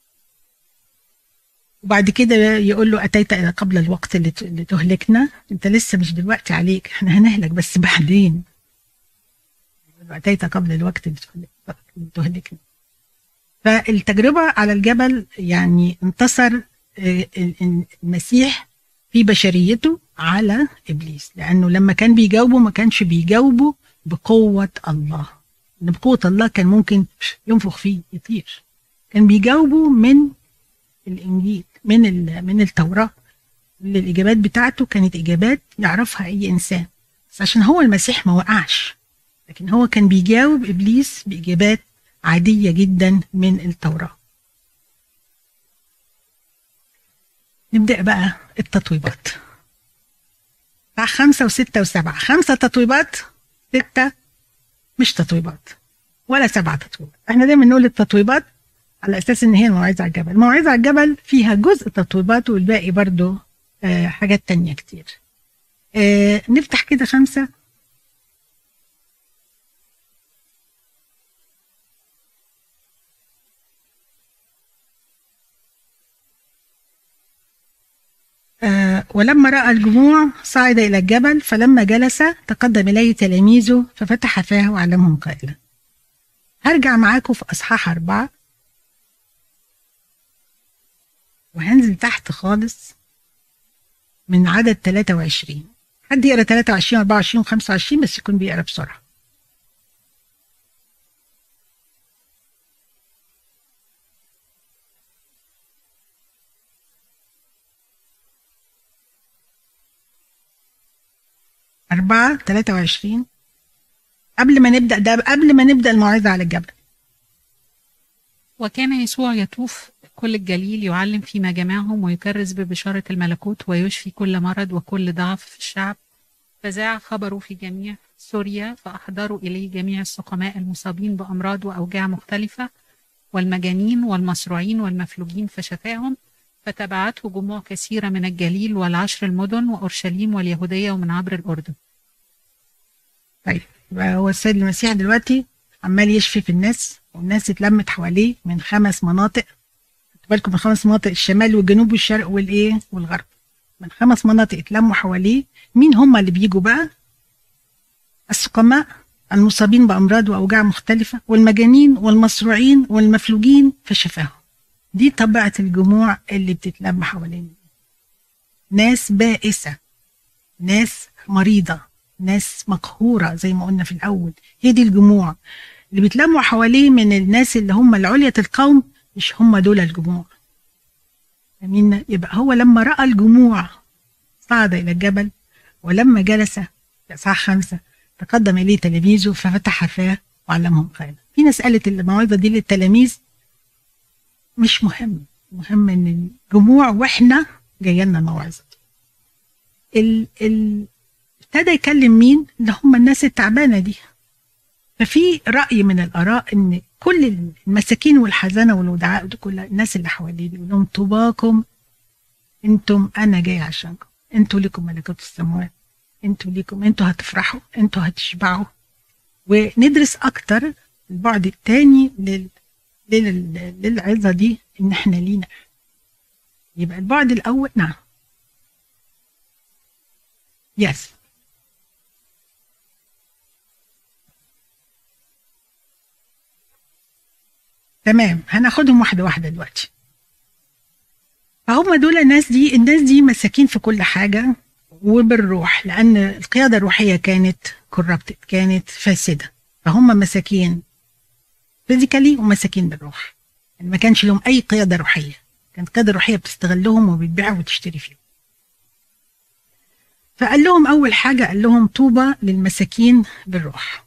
وبعد كده يقول له أتيت إلى قبل الوقت اللي تهلكنا. أنت لسه مش دلوقتي عليك، احنا هنهلك بس بعدين. أتيت قبل الوقت اللي تهلكنا. فالتجربة على الجبل يعني انتصر المسيح في بشريته على إبليس، لأنه لما كان بيجاوبه ما كانش بيجاوبه بقوة الله. إن بقوة الله كان ممكن ينفخ فيه يطير. كان بيجاوبه من الإنجيل، من من التوراة، اللي الإجابات بتاعته كانت إجابات يعرفها أي إنسان. بس عشان هو المسيح ما وقعش، لكن هو كان بيجاوب إبليس بإجابات عادية جدا من التوراة. نبدأ بقى التطويبات. بتاع خمسة وستة وسبعة، خمسة تطويبات، ستة مش تطويبات، ولا سبعة تطويبات. احنا دايما نقول التطويبات على أساس إن هي الموعظة على الجبل. الموعظة على الجبل فيها جزء تطويبات والباقي برضو آه حاجات تانية كتير. آه نفتح كده خمسة. آه ولما رأى الجموع صعد إلى الجبل، فلما جلس تقدم إليه تلاميذه ففتح فاه وعلمهم قائلا. هرجع معاكم في أصحاح أربعة وهنزل تحت خالص من عدد ثلاثة وعشرين. حد يقرأ ثلاثة وعشرين أربعة وعشرين وخمسة وعشرين بس يكون بيقرأ بسرعة. أربعة ثلاثة وعشرين قبل ما نبدأ ده قبل ما نبدأ الموعظة على الجبل. وكان يسوع يطوف كل الجليل يعلم فيما جمعهم ويكرز ببشارة الملكوت ويشفي كل مرض وكل ضعف في الشعب. فذاع خبره في جميع سوريا، فأحضروا إليه جميع السقماء المصابين بأمراض وأوجاع مختلفة والمجانين والمصروعين والمفلوجين فشفاهم. فتبعته جموع كثيرة من الجليل والعشر المدن وأورشليم واليهودية ومن عبر الأردن. طيب هو السيد المسيح دلوقتي عمال يشفي في الناس، والناس اتلمت حواليه من خمس مناطق. خدوا بالكم من خمس مناطق، الشمال والجنوب والشرق والايه والغرب. من خمس مناطق اتلموا حواليه. مين هم اللي بيجوا بقى؟ السقماء المصابين بأمراض وأوجاع مختلفة والمجانين والمصروعين والمفلوجين فشفاهم. دي طبيعة الجموع اللي بتتلم حوالين، ناس بائسة، ناس مريضة، ناس مقهورة زي ما قلنا في الأول. هي دي الجموع اللي بيتلموا حواليه من الناس اللي هم العلية القوم، مش هم دول الجموع. أمين. يبقى هو لما رأى الجموع صعد إلى الجبل، ولما جلس في إصحاح خمسة تقدم إليه تلاميذه ففتح فاه وعلمهم خيرا. في ناس قالت الموعظة دي للتلاميذ، مش مهم، مهم إن الجموع وإحنا جاي لنا الموعظة دي. ال ال ابتدى يكلم مين؟ اللي هم الناس التعبانة دي. ففي رأي من الآراء إن كل المساكين والحزانة والودعاء دي كل الناس اللي حواليه بيقول لهم طوباكم انتم، انا جاي عشانكم، انتوا ليكم ملكوت السماوات، انتوا ليكم، انتوا هتفرحوا، انتوا هتشبعوا. وندرس اكتر البعد الثاني لل... لل... للعظة دي، ان احنا لينا. يبقى البعد الاول نعم يس تمام، هناخدهم واحدة واحدة دلوقتي. فهم دول الناس دي، الناس دي مساكين في كل حاجة وبالروح، لأن القيادة الروحية كانت كوربتد، كانت فاسدة. فهم مساكين فيزيكالي ومساكين بالروح، يعني ما كانش لهم أي قيادة روحية، كانت قيادة روحية بتستغلهم وبتبيع وتشتري فيهم. فقال لهم أول حاجة، قال لهم طوبى للمساكين بالروح.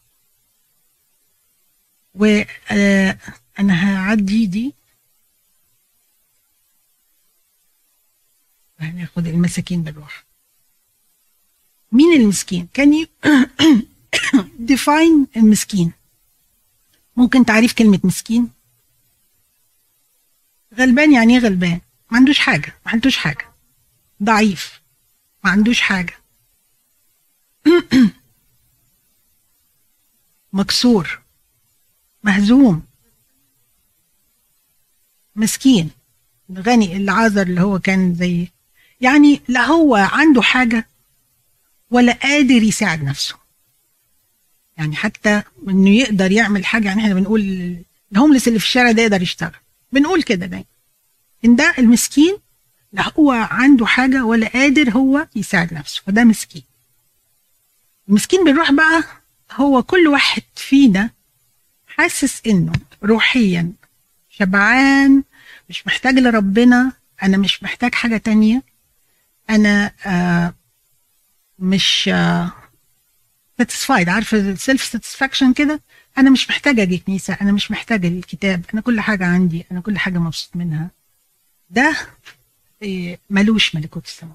وأنا هعدي دي، هناخد المساكين بالروح. مين المسكين؟ كان ي... define المسكين. ممكن تعريف كلمة مسكين؟ غلبان. يعني ايه غلبان؟ ما عندوش حاجة، ما عندوش حاجة، ضعيف، ما عندوش حاجة، مكسور، مهزوم، مسكين. الغني العازر اللي هو كان زي، يعني لا هو عنده حاجة ولا قادر يساعد نفسه، يعني حتى انه يقدر يعمل حاجة. يعني احنا بنقول الهوملس اللي في الشارع ده يقدر يشتغل، بنقول كده دايما ان ده المسكين، لا هو عنده حاجة ولا قادر هو يساعد نفسه، فده مسكين. المسكين بالروح بقى هو كل واحد فينا حاسس انه روحيا شبعان، مش محتاج لربنا، انا مش محتاج حاجة تانية، انا آه مش آه satisfied، عارفة self satisfaction كده، انا مش محتاجة اجي كنيسة، انا مش محتاجة الكتاب، انا كل حاجة عندي، انا كل حاجة مبسوط منها. ده إيه؟ ملوش ملكوت السماوات.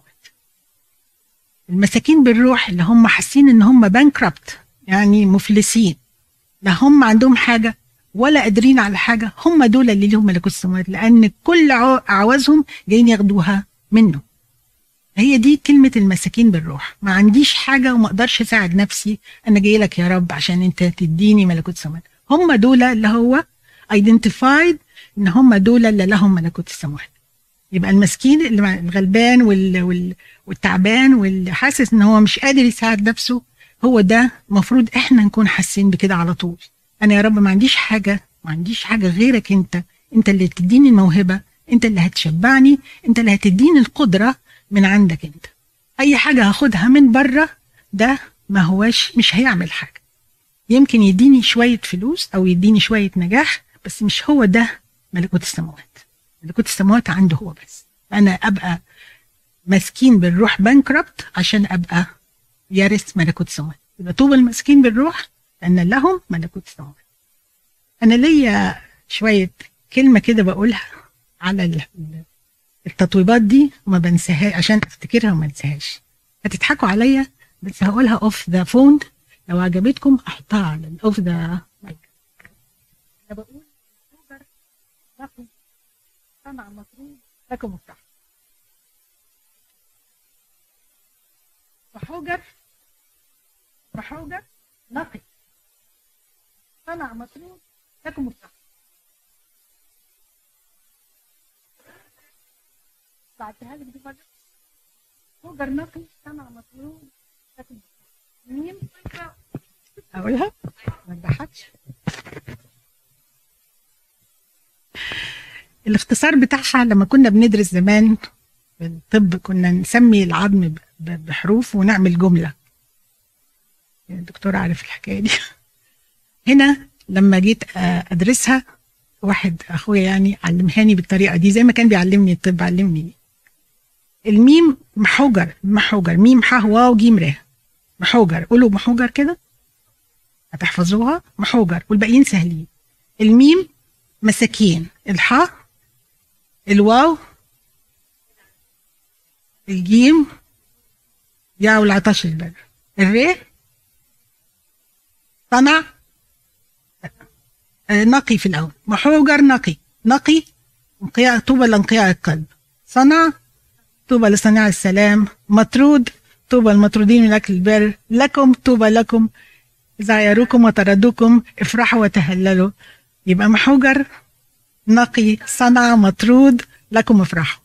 المساكين بالروح اللي هم حاسين ان هم بانكربت، يعني مفلسين، لا هم عندهم حاجة ولا قادرين على حاجة، هم دول اللي لهم ملكوت السماوات، لأن كل عوازهم جايين ياخدوها منه. هي دي كلمة المساكين بالروح. ما عنديش حاجة وما اقدرش اساعد نفسي، انا جاي لك يا رب عشان انت تديني ملكوت السماوات. هم دول اللي هو ايدنتيفايد ان هم دول اللي لهم ملكوت السماوات. يبقى المسكين اللي الغلبان وال... وال... والتعبان واللي حاسس ان هو مش قادر يساعد نفسه، هو ده المفروض احنا نكون حاسين بكده على طول. انا يا رب ما عنديش حاجة، ما عنديش حاجة غيرك انت، انت اللي تديني الموهبة، انت اللي هتشبعني، انت اللي هتديني القدرة من عندك انت. اي حاجة هاخدها من بره ده ما هواش، مش هيعمل حاجة. يمكن يديني شوية فلوس او يديني شوية نجاح، بس مش هو ده ملكوت السماوات. ملكوت السماوات عنده هو بس. انا ابقى مسكين بالروح بانكربت عشان ابقى يرث ملكوت السماوات. يبقى طوبى المسكين بالروح لان لهم ملكوت السماوات. انا ليا شويه كلمه كده بقولها على التطويبات دي وما بنساهاش عشان افتكرها وما انساهاش. هتضحكوا عليا بس هقولها اوف ذا فون، لو عجبتكم احطها على اوف ذا مايك. انا بقول محوجر نقي صنع مطلوب لكم مفتاح. محوجر محوجر نقي صنع مطلوب لكم مفتاح. بعتها لك دي مرة. محوجر نقي صنع مطلوب لكم مفتاح. مين؟ اقولها؟ ما تضحكش. الاختصار بتاعها لما كنا بندرس زمان في الطب كنا نسمي العظم بحروف ونعمل جملة. الدكتور عارف الحكاية دي. هنا لما جيت أدرسها واحد أخويا يعني علمهاني بالطريقة دي زي ما كان بيعلمني الطب علمني. الميم محوجر محوجر ميم ح واو جيم ر محوجر. قولوا محوجر كده هتحفظوها. محوجر والباقيين سهلين. الميم مساكين، الحاء الواو الجيم يا والعطش البر، الر صنع نقي في الأول. محوجر نقي نقي انقياء طوبى لانقياء القلب. صنع طوبى لصناع السلام. مطرود طوبى المطرودين من أكل البر. لكم طوبى لكم إذا عيروكم وطردوكم افرحوا وتهللوا. يبقى محوجر نقي صنع مطرود لكم افرحوا.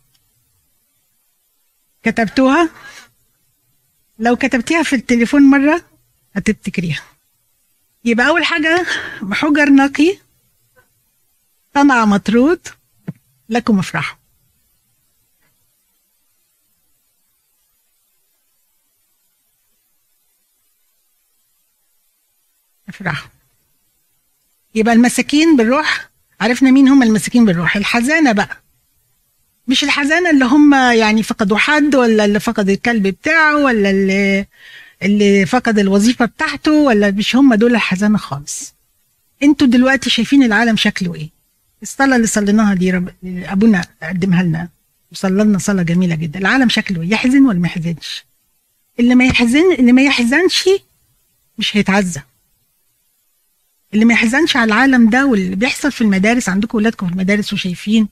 كتبتوها؟ لو كتبتيها في التليفون مرة هتفتكريها. يبقى أول حاجة محوجر نقي صنع مطرود لكم افرحوا. افرحوا. يبقى المساكين بالروح، عرفنا مين هم المساكين بالروح. الحزانة بقى مش الحزانة اللي هم يعني فقدوا حد، ولا اللي فقد الكلب بتاعه، ولا اللي اللي فقد الوظيفة بتاعته، ولا مش هم دول الحزانة خالص. انتوا دلوقتي شايفين العالم شكله ايه. الصلاة اللي صليناها دي رب... ابونا قدمها لنا وصلى لنا صلاة جميلة جدا. العالم شكله ايه؟ يحزن ولا ما يحزنش؟ اللي ما يحزن اللي ما يحزنش مش هيتعزى. اللي ما يحزنش على العالم ده واللي بيحصل في المدارس. عندكم ولادكم في المدارس وشايفين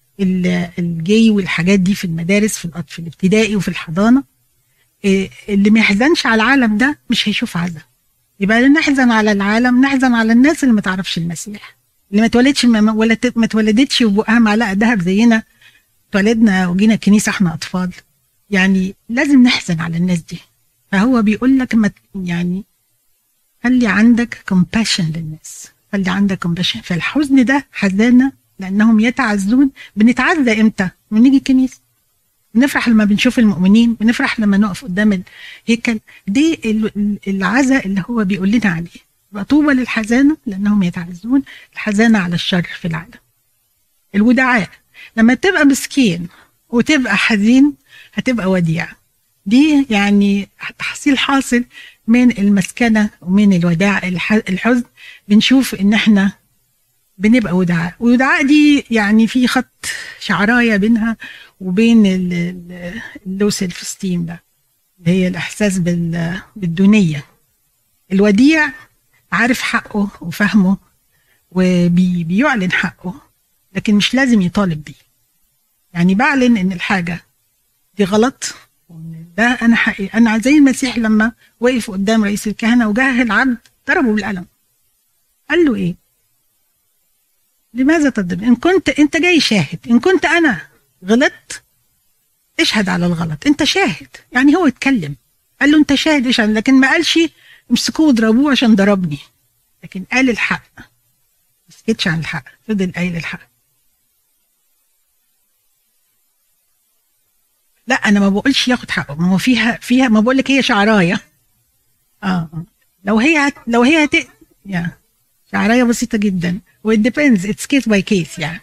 الجي والحاجات دي في المدارس في في الابتدائي وفي الحضانة. اللي ما يحزنش على العالم ده مش هيشوف عزة. يبقى نحزن على العالم، نحزن على الناس اللي ما تعرفش المسيح، اللي ما اتولدش ولا ما اتولدتش وبقها معلقة ذهب زينا اتولدنا وجينا الكنيسة احنا أطفال. يعني لازم نحزن على الناس دي. فهو بيقول لك يعني خلي عندك compassion للناس، خلي عندك compassion. فالحزن ده حزانة لأنهم يتعزون. بنتعزى إمتى؟ لما نيجي الكنيسة. بنفرح لما بنشوف المؤمنين، بنفرح لما نقف قدام الهيكل. دي العزاء اللي هو بيقول لنا عليه. طوبى للحزانة لأنهم يتعزون. الحزانة على الشر في العالم. الوداعاء لما تبقى مسكين وتبقى حزين هتبقى وديع. دي يعني تحصيل حاصل من المسكنة ومن الوداع. الحزن بنشوف ان احنا بنبقى ودعاء. ودعاء دي يعني في خط شعراية بينها وبين اللوس الفستيم ده اللي هي الاحساس بالدونية. الوديع عارف حقه وفهمه وبيعلن حقه، لكن مش لازم يطالب بيه. يعني بعلن ان الحاجة دي غلط، ده انا حقيقي. انا زي المسيح لما وقف قدام رئيس الكهنه وجاه العبد ضربه بالقلم، قال له ايه؟ لماذا تضرب؟ ان كنت انت جاي شاهد، ان كنت انا غلطت اشهد على الغلط. انت شاهد، يعني هو اتكلم قال له انت شاهد اشهد، لكن ما قالش امسكوه واضربوه عشان ضربني، لكن قال الحق. ما سكتش عن الحق، فضل قايل الحق. لا انا ما بقولش ياخد حقه، ما هو فيها فيها ما بقول لك هي شعرايه. اه لو هي هت لو هي هت يعني شعرايه بسيطه جدا. و it depends it's case by case. يعني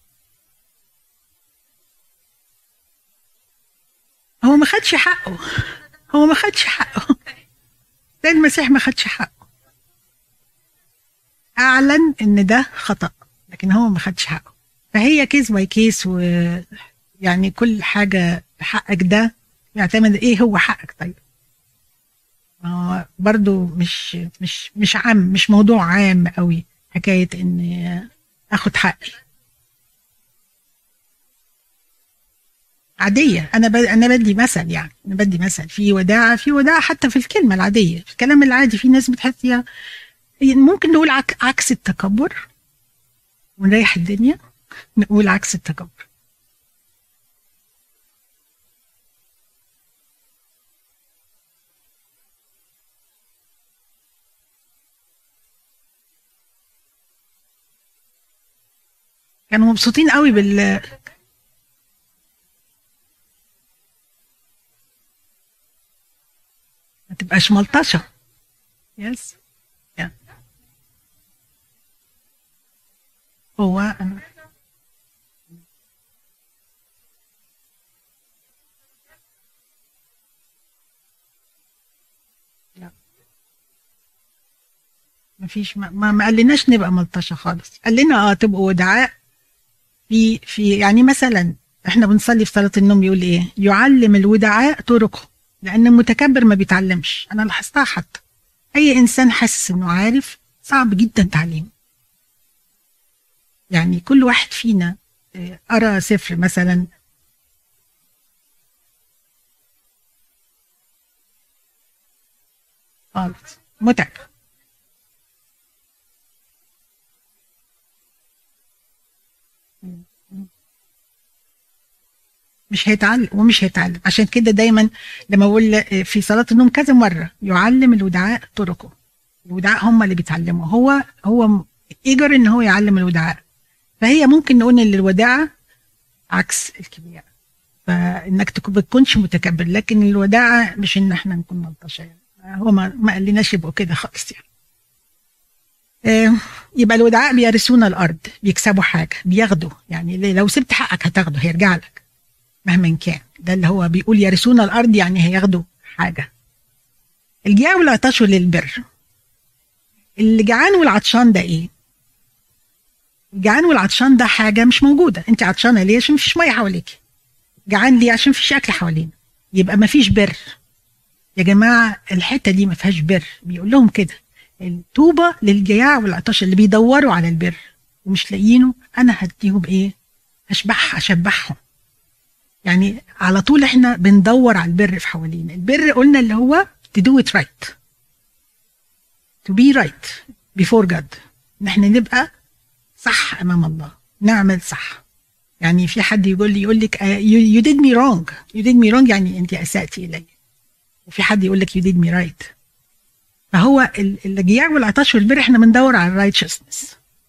هو ما خدش حقه، هو ما خدش حقه. ده المسيح ما خدش حقه، اعلن ان ده خطأ لكن هو ما خدش حقه. فهي كيس باي كيس، ويعني كل حاجه حقك ده يعتمد ايه هو حقك. طيب آه برضو مش مش مش عام، مش موضوع عام قوي حكايه ان اخد حقي. عاديه، انا ب... انا بدي مثل، يعني انا بدي مثل في وداعه، في وداعه حتى في الكلمه العاديه، في الكلام العادي في ناس بتحس فيها. ممكن نقول عك... عكس التكبر ونريح الدنيا، نقول عكس التكبر. كانوا مبسوطين قوي بال ما تبقاش ملطشه. يس. هو أنا لا، ما فيش، ما, ما ما قالناش نبقى ملطشه خالص، قال لنا اه تبقوا ودعاء. في في يعني مثلا احنا بنصلي في صلاه النوم يقول ايه؟ يعلم الودعاء طرقه، لان المتكبر ما بيتعلمش. انا لاحظتها حتى اي انسان حاسس انه عارف صعب جدا تعليمه. يعني كل واحد فينا آه، قرا سفر مثلا. خالص متعب. مش هيتعلم ومش هيتعلم. عشان كده دايما لما اقول في صلاه النوم كذا مره يعلم الودعاء طرقه. الودعاء هم اللي بيتعلموا، هو هو ايجر ان هو يعلم الودعاء. فهي ممكن نقول ان الوداعه عكس الكبرياء، فانك تكون بتكونش متكبر، لكن الوداعه مش ان احنا نكون ملطشه. يعني هو ما ما قالناش يبقوا كده خالص يعني. آه، يبقى الودعاء بيرثون الارض، بيكسبوا حاجه، بياخدوا. يعني لو سبت حقك هتاخده، هيرجع لك مهما كان. ده اللي هو بيقول يرثون الارض، يعني هياخدوا حاجه. الجياع والعطش للبر. الجعان والعطشان ده ايه؟ الجعان والعطشان ده حاجه مش موجوده. انت عطشانه ليه؟ عشان مفيش ميه حواليك. جعان ليه؟ عشان مفيش اكل حوالينا. يبقى مفيش بر. يا جماعه الحته دي ما فيهاش بر. بيقول لهم كده الطوبه للجياع والعطش اللي بيدوروا على البر ومش لاقيينه، انا هديهم ايه؟ هشبعها، اشبعهم. يعني على طول احنا بندور على البر في حوالينا. البر قلنا اللي هو to do it right, to be right before God. ان احنا نبقى صح امام الله، نعمل صح. يعني في حد يقول لي يقول لك uh, you, you did me wrong, you did me wrong يعني انت اسأتي الي. وفي حد يقول لك you did me right. فهو الجياع والعطش والبر احنا بندور على righteousness،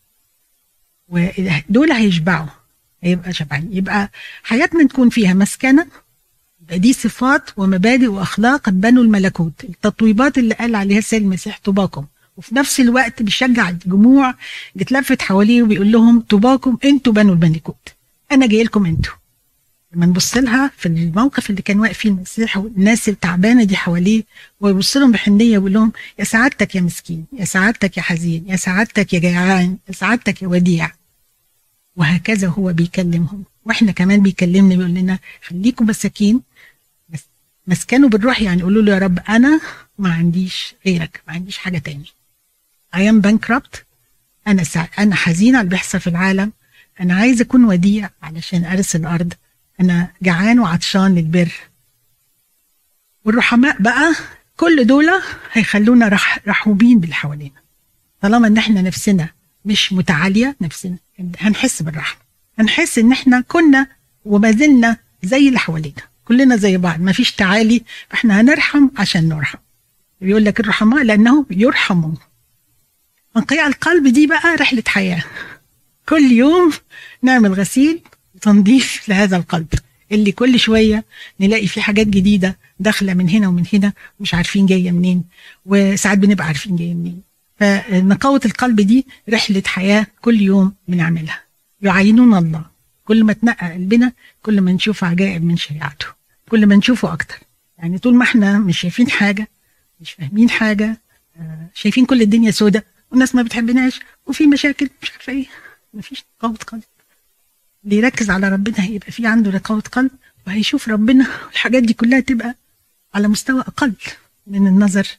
ودول هيشبعوا، هيبقى شبعان. يبقى حياتنا تكون فيها مسكنه. دي صفات ومبادئ واخلاق بنو الملكوت، التطويبات اللي قال عليها السيد المسيح طوباكم. وفي نفس الوقت بيشجع الجموع اللي اتلفت حواليه وبيقول لهم طوباكم انتوا بنو الملكوت، انا جاي لكم انتوا. لما نبص لها في الموقف اللي كان واقف فيه المسيح والناس التعبانه دي حواليه، ويبص لهم بحنيه ويقول لهم يا سعادتك يا مسكين، يا سعادتك يا حزين، يا سعادتك يا جيعان، يا سعادتك يا وديع. وهكذا هو بيكلمهم، واحنا كمان بيكلمنا بيقول لنا خليكم مساكين، بس مسكنوا بالروح. يعني قولوا له يا رب انا ما عنديش غيرك، ما عنديش حاجه تاني. I am bankrupt. انا سع... انا حزينه على اللي بيحصل في العالم. انا عايز اكون وديع علشان ارث الارض. انا جعان وعطشان للبر. والرحماء بقى كل دول هيخلونا رح... رحوبين باللي حوالينا. طالما ان احنا نفسنا مش متعاليه، نفسنا هنحس بالرحمه، هنحس ان احنا كنا وما زلنا زي اللي حوالينا، كلنا زي بعض، ما فيش تعالي. فاحنا هنرحم عشان نرحم. بيقول لك الرحماء لانهم يرحمون. انقياء القلب دي بقى رحله حياه، كل يوم نعمل غسيل تنظيف لهذا القلب اللي كل شويه نلاقي فيه حاجات جديده داخله من هنا ومن هنا، مش عارفين جايه منين، وساعات بنبقى عارفين جايه منين. فنقاوة القلب دي رحلة حياة كل يوم بنعملها. يعينون الله. كل ما تنقى قلبنا كل ما نشوف عجائب من شريعته، كل ما نشوفه أكتر. يعني طول ما احنا مش شايفين حاجة، مش فاهمين حاجة، شايفين كل الدنيا سودة والناس ما بتحبناش وفي مشاكل مش عارفة ايه، مفيش نقاوة قلب. اللي يركز على ربنا هيبقى في عنده نقاوة قلب، وهيشوف ربنا والحاجات دي كلها تبقى على مستوى أقل من النظر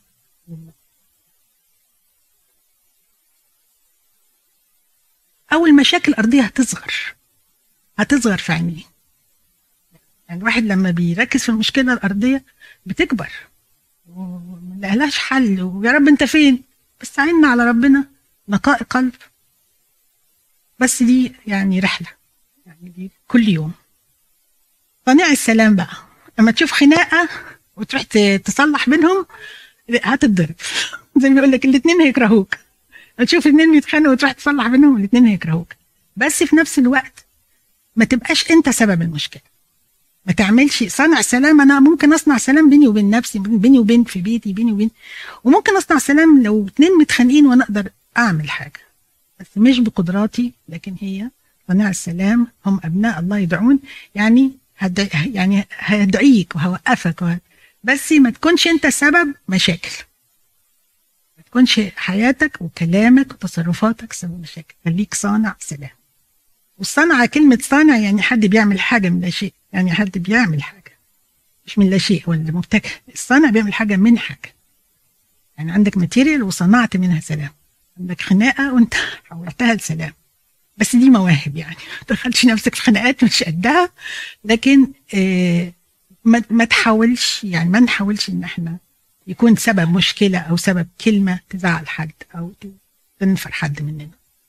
اول مشاكل الارضيه هتصغر هتصغر في عينيه. يعني الواحد لما بيركز في المشكله الارضيه بتكبر وملهاش حل، ويا رب انت فين، بس عيننا على ربنا، نقاء قلب. بس دي يعني رحله، يعني دي كل يوم. صنيع السلام بقى لما تشوف خناقه وتروح تصلح بينهم هتتضرب زي ما بيقول لك الاثنين هيكرهوك. تشوف اثنين بيتخانقوا وتروح تصلح بينهم الاثنين هيكرهوك. بس في نفس الوقت ما تبقاش انت سبب المشكله، ما تعملش صنع سلام. انا ممكن اصنع سلام بيني وبين نفسي، بيني وبين في بيتي، بيني وبين، وممكن اصنع سلام لو اتنين متخانقين وانا اقدر اعمل حاجه، بس مش بقدراتي. لكن هي صناع السلام هم ابناء الله يدعون. يعني هد... يعني هدعيك وهوقفك وه... بس ما تكونش انت سبب مشاكل، ما تكونش حياتك وكلامك وتصرفاتك سبب مشاكل. خليك صانع سلام. والصنعة كلمة صانع يعني حد بيعمل حاجة من لا شيء، يعني حد بيعمل حاجة مش من لا شيء ولا مبتكر. الصانع بيعمل حاجة من حاجة، يعني عندك ماتيريال وصنعت منها سلام، عندك خناقة وانت حولتها لسلام. بس دي مواهب، يعني ما تدخلش نفسك في خناقات مش قدها. لكن آه ما, ما تحاولش، يعني ما نحاولش ان احنا يكون سبب مشكلة او سبب كلمة تزعل حد او تنفر حد مننا.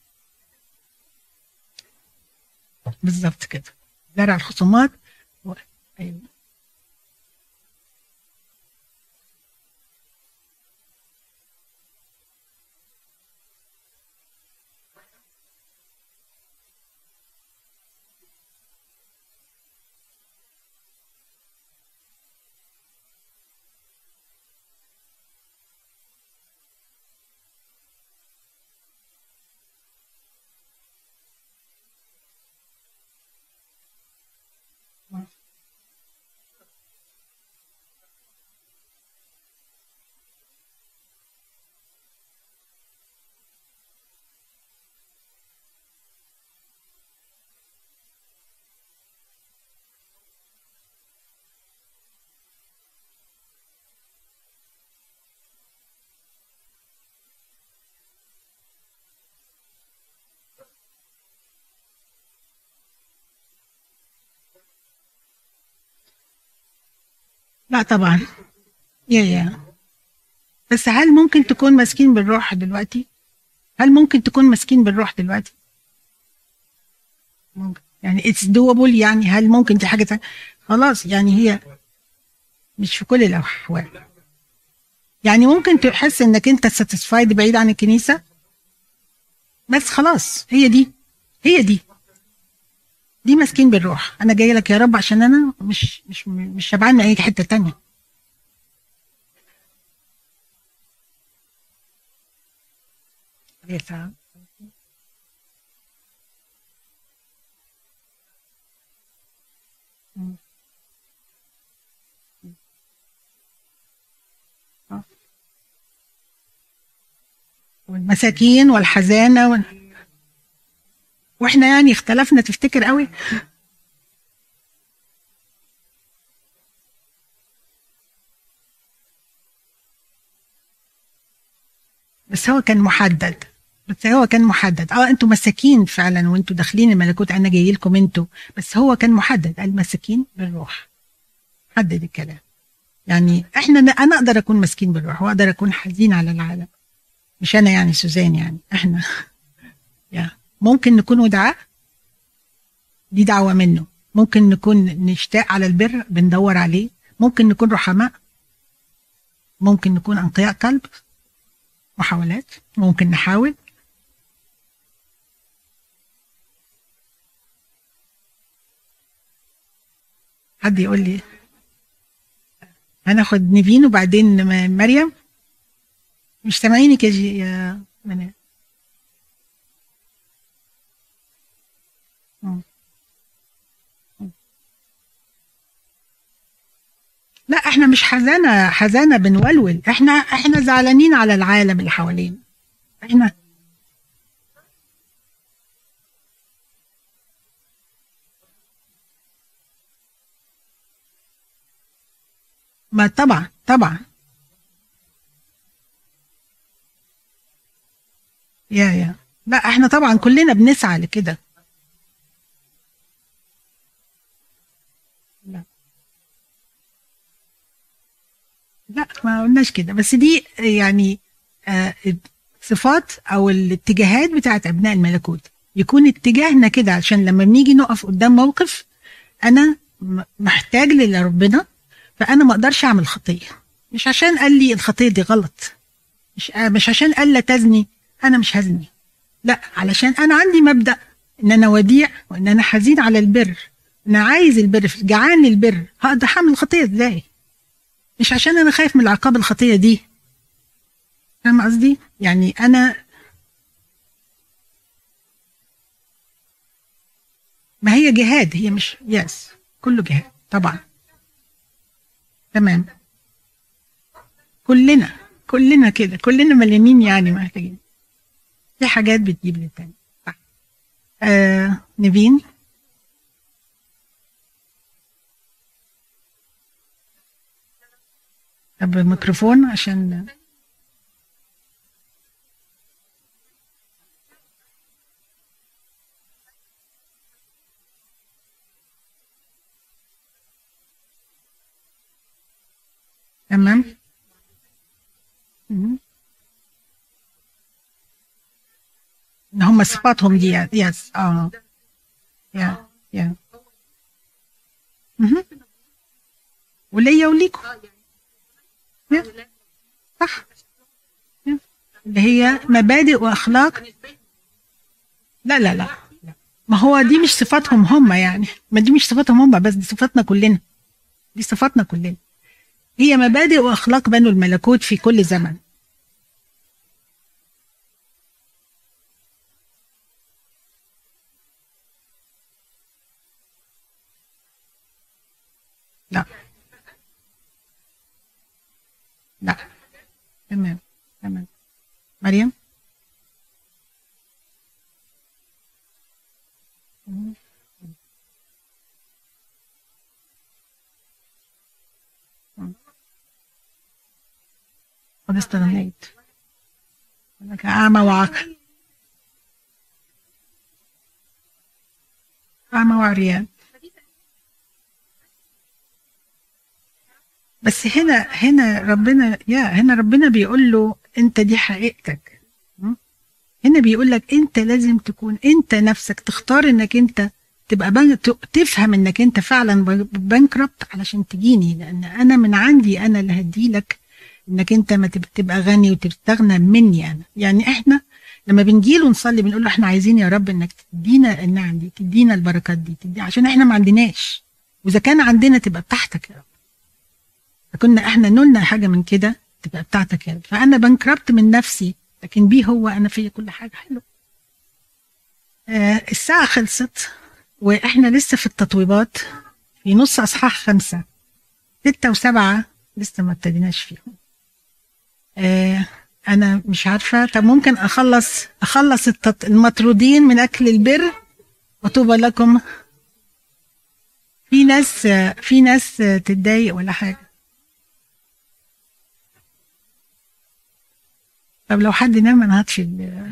بالظبط كده، زرع الخصومات و... أيوة. لا طبعا. يا يا بس هل ممكن تكون مسكين بالروح دلوقتي؟ هل ممكن تكون مسكين بالروح دلوقتي؟ ممكن، يعني اتس دوبل. يعني هل ممكن دي حاجة تانية؟ خلاص، يعني هي مش في كل الأحوال. يعني ممكن تحس انك انت ساتيسفايد بعيد عن الكنيسة، بس خلاص هي دي هي دي دي مسكين بالروح. انا جاي لك يا رب عشان انا مش مش مش شبعان من اي حتة تانية. والمساكين والحزانة و... واحنا يعني اختلفنا تفتكر قوي. بس هو كان محدد بس هو كان محدد اه انتوا مساكين فعلا وانتوا داخلين الملكوت، انا جاي لكم انتوا. بس هو كان محدد، المساكين بالروح، حدد الكلام. يعني احنا انا اقدر اكون مسكين بالروح واقدر اكون حزين على العالم، مش انا يعني سوزان، يعني احنا يعني ممكن نكون ودعاء، دي دعوة منه. ممكن نكون نشتاق على البر بندور عليه، ممكن نكون رحماء، ممكن نكون انقياء قلب، محاولات، ممكن نحاول. حد يقول لي هناخد نيفين وبعدين مريم؟ مش سامعينك يا جي يا منى. لا احنا مش حزانة حزانة بنولول، احنا احنا زعلانين على العالم اللي حوالينا. احنا ما طبعا طبعا يا يا لا احنا طبعا كلنا بنسعى لكده. لا لا ما قلناش كده، بس دي يعني آه صفات او الاتجاهات بتاعت ابناء الملكوت. يكون اتجاهنا كده عشان لما بنيجي نقف قدام موقف انا م- محتاج لربنا، فانا ما اقدرش اعمل خطيه. مش عشان قال لي الخطيه دي غلط، مش آه مش عشان قال لا تزني انا مش هزني، لا علشان انا عندي مبدأ ان انا وديع وان انا حزين على البر، انا عايز البر، جعان للبر، هقدر اعمل الخطيه ازاي؟ مش عشان انا خايف من العقاب الخطيه دي. فاهم قصدي؟ يعني انا ما هي جهاد، هي مش يس، كله جهاد طبعا. تمام. كلنا كلنا كده، كلنا مليانين يعني محتاجين، في حاجات بتجيب للتاني. صح. آه نبين. طب الميكروفون عشان. تمام. مم. ان هم صفاتهم دي يعني. يس اه. يا يا مهم. وليا وليكم. يا. صح. يا. اللي هي مبادئ واخلاق. لا لا لا، ما هو دي مش صفاتهم هم يعني، ما دي مش صفاتهم هم بس، دي صفاتنا كلنا، دي صفاتنا كلنا. هي مبادئ واخلاق بنو الملكوت في كل زمن. لا لا. تمام. تمام. مريم. قد استغنيت لك اعمى وعاقل، اعمى وعريان. بس هنا هنا ربنا يا هنا ربنا بيقول له انت دي حقيقتك. م? هنا بيقول لك انت لازم تكون انت نفسك، تختار انك انت تبقى بن... ت- تفهم انك انت فعلا بنكربت علشان تجيني، لان انا من عندي انا اللي هدي لك انك انت ما تب- تبقى غني وتستغنى مني انا. يعني احنا لما بنجيله نصلي بنقول له احنا عايزين يا رب انك تدينا النعم دي، تدينا البركات دي، تدي عشان احنا ما عندناش، واذا كان عندنا تبقى بتاعتك يا رب. فكنا احنا نلنا حاجه من كده تبقى بتاعتك يا رب. فانا بنكربت من نفسي، لكن بيه هو انا فيا كل حاجه حلوه. آه الساعه خلصت واحنا لسه في التطويبات، في نص اصحاح خمسه، سته وسبعه لسه ما ابتديناش فيهم. آه انا مش عارفه، طب ممكن اخلص اخلص التط... المطرودين من اكل البر وطوبى لكم. في ناس آه في ناس آه تتضايق ولا حاجه؟ طب لو حد نام انا هطفي ال-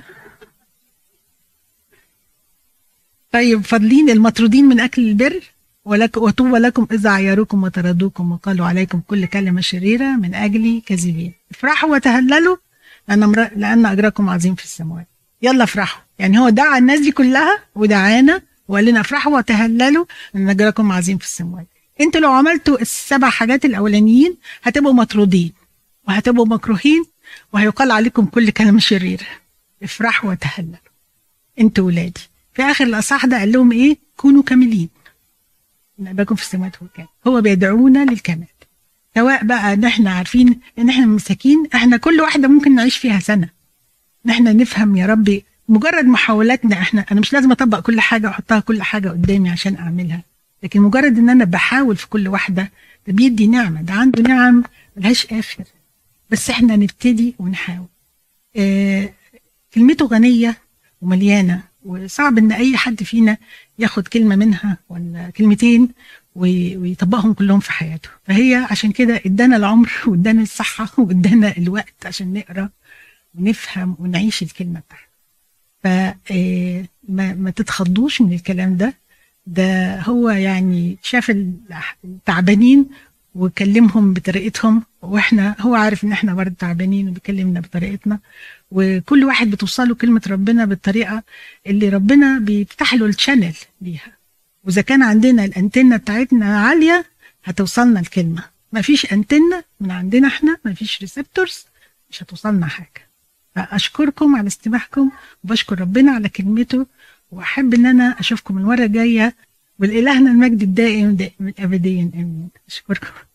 طيب فاضلين المطرودين من اكل البر، ولك وطوبى لكم اذا عيروكم وطردوكم وقالوا عليكم كل كلمه شريره من اجلي كاذبين. افرحوا وتهللوا لان امر... لان اجركم عظيم في السماوات. يلا افرحوا، يعني هو دعا الناس دي كلها ودعانا وقال لنا افرحوا وتهللوا لان اجركم عظيم في السماوات. انتوا لو عملتوا السبع حاجات الاولانيين هتبقوا مطرودين وهتبقوا مكروهين وهيقال عليكم كل كلمه شريره. افرحوا وتهللوا انتوا ولادي. في اخر الاصحاح ده قال لهم ايه؟ كونوا كاملين ان اباكم في السماوات هو كامل. هو بيدعونا للكمال، سواء بقى ان احنا عارفين ان احنا مساكين، احنا كل واحده ممكن نعيش فيها سنه، ان احنا نفهم يا ربي مجرد محاولاتنا. احنا انا مش لازم اطبق كل حاجه واحطها كل حاجه قدامي عشان اعملها، لكن مجرد ان انا بحاول في كل واحده ده بيدي نعمه، ده عنده نعم ملهاش اخر. بس احنا نبتدي ونحاول. آه كلمته غنيه ومليانه، وصعب ان اي حد فينا ياخد كلمه منها ولا كلمتين وي- ويطبقهم كلهم في حياته. فهي عشان كده ادانا العمر وادانا الصحه وادانا الوقت عشان نقرا ونفهم ونعيش الكلمه بتاعته. فما ما تتخضوش من الكلام ده. ده هو يعني شاف التعبانين وكلمهم بطريقتهم، واحنا هو عارف ان احنا برضه تعبانين وبيكلمنا بطريقتنا، وكل واحد بتوصله كلمة ربنا بالطريقة اللي ربنا بيفتح له الشانل ليها. واذا كان عندنا الانتنة بتاعتنا عالية هتوصلنا الكلمة، ما فيش انتنة من عندنا احنا، ما فيش ريسبتورز، مش هتوصلنا حاجة. فاشكركم على استماعكم، وبشكر ربنا على كلمته، واحب ان انا اشوفكم المرة الجاية، والالهنا المجد الدائم دائما ابديا امين. اشكركم.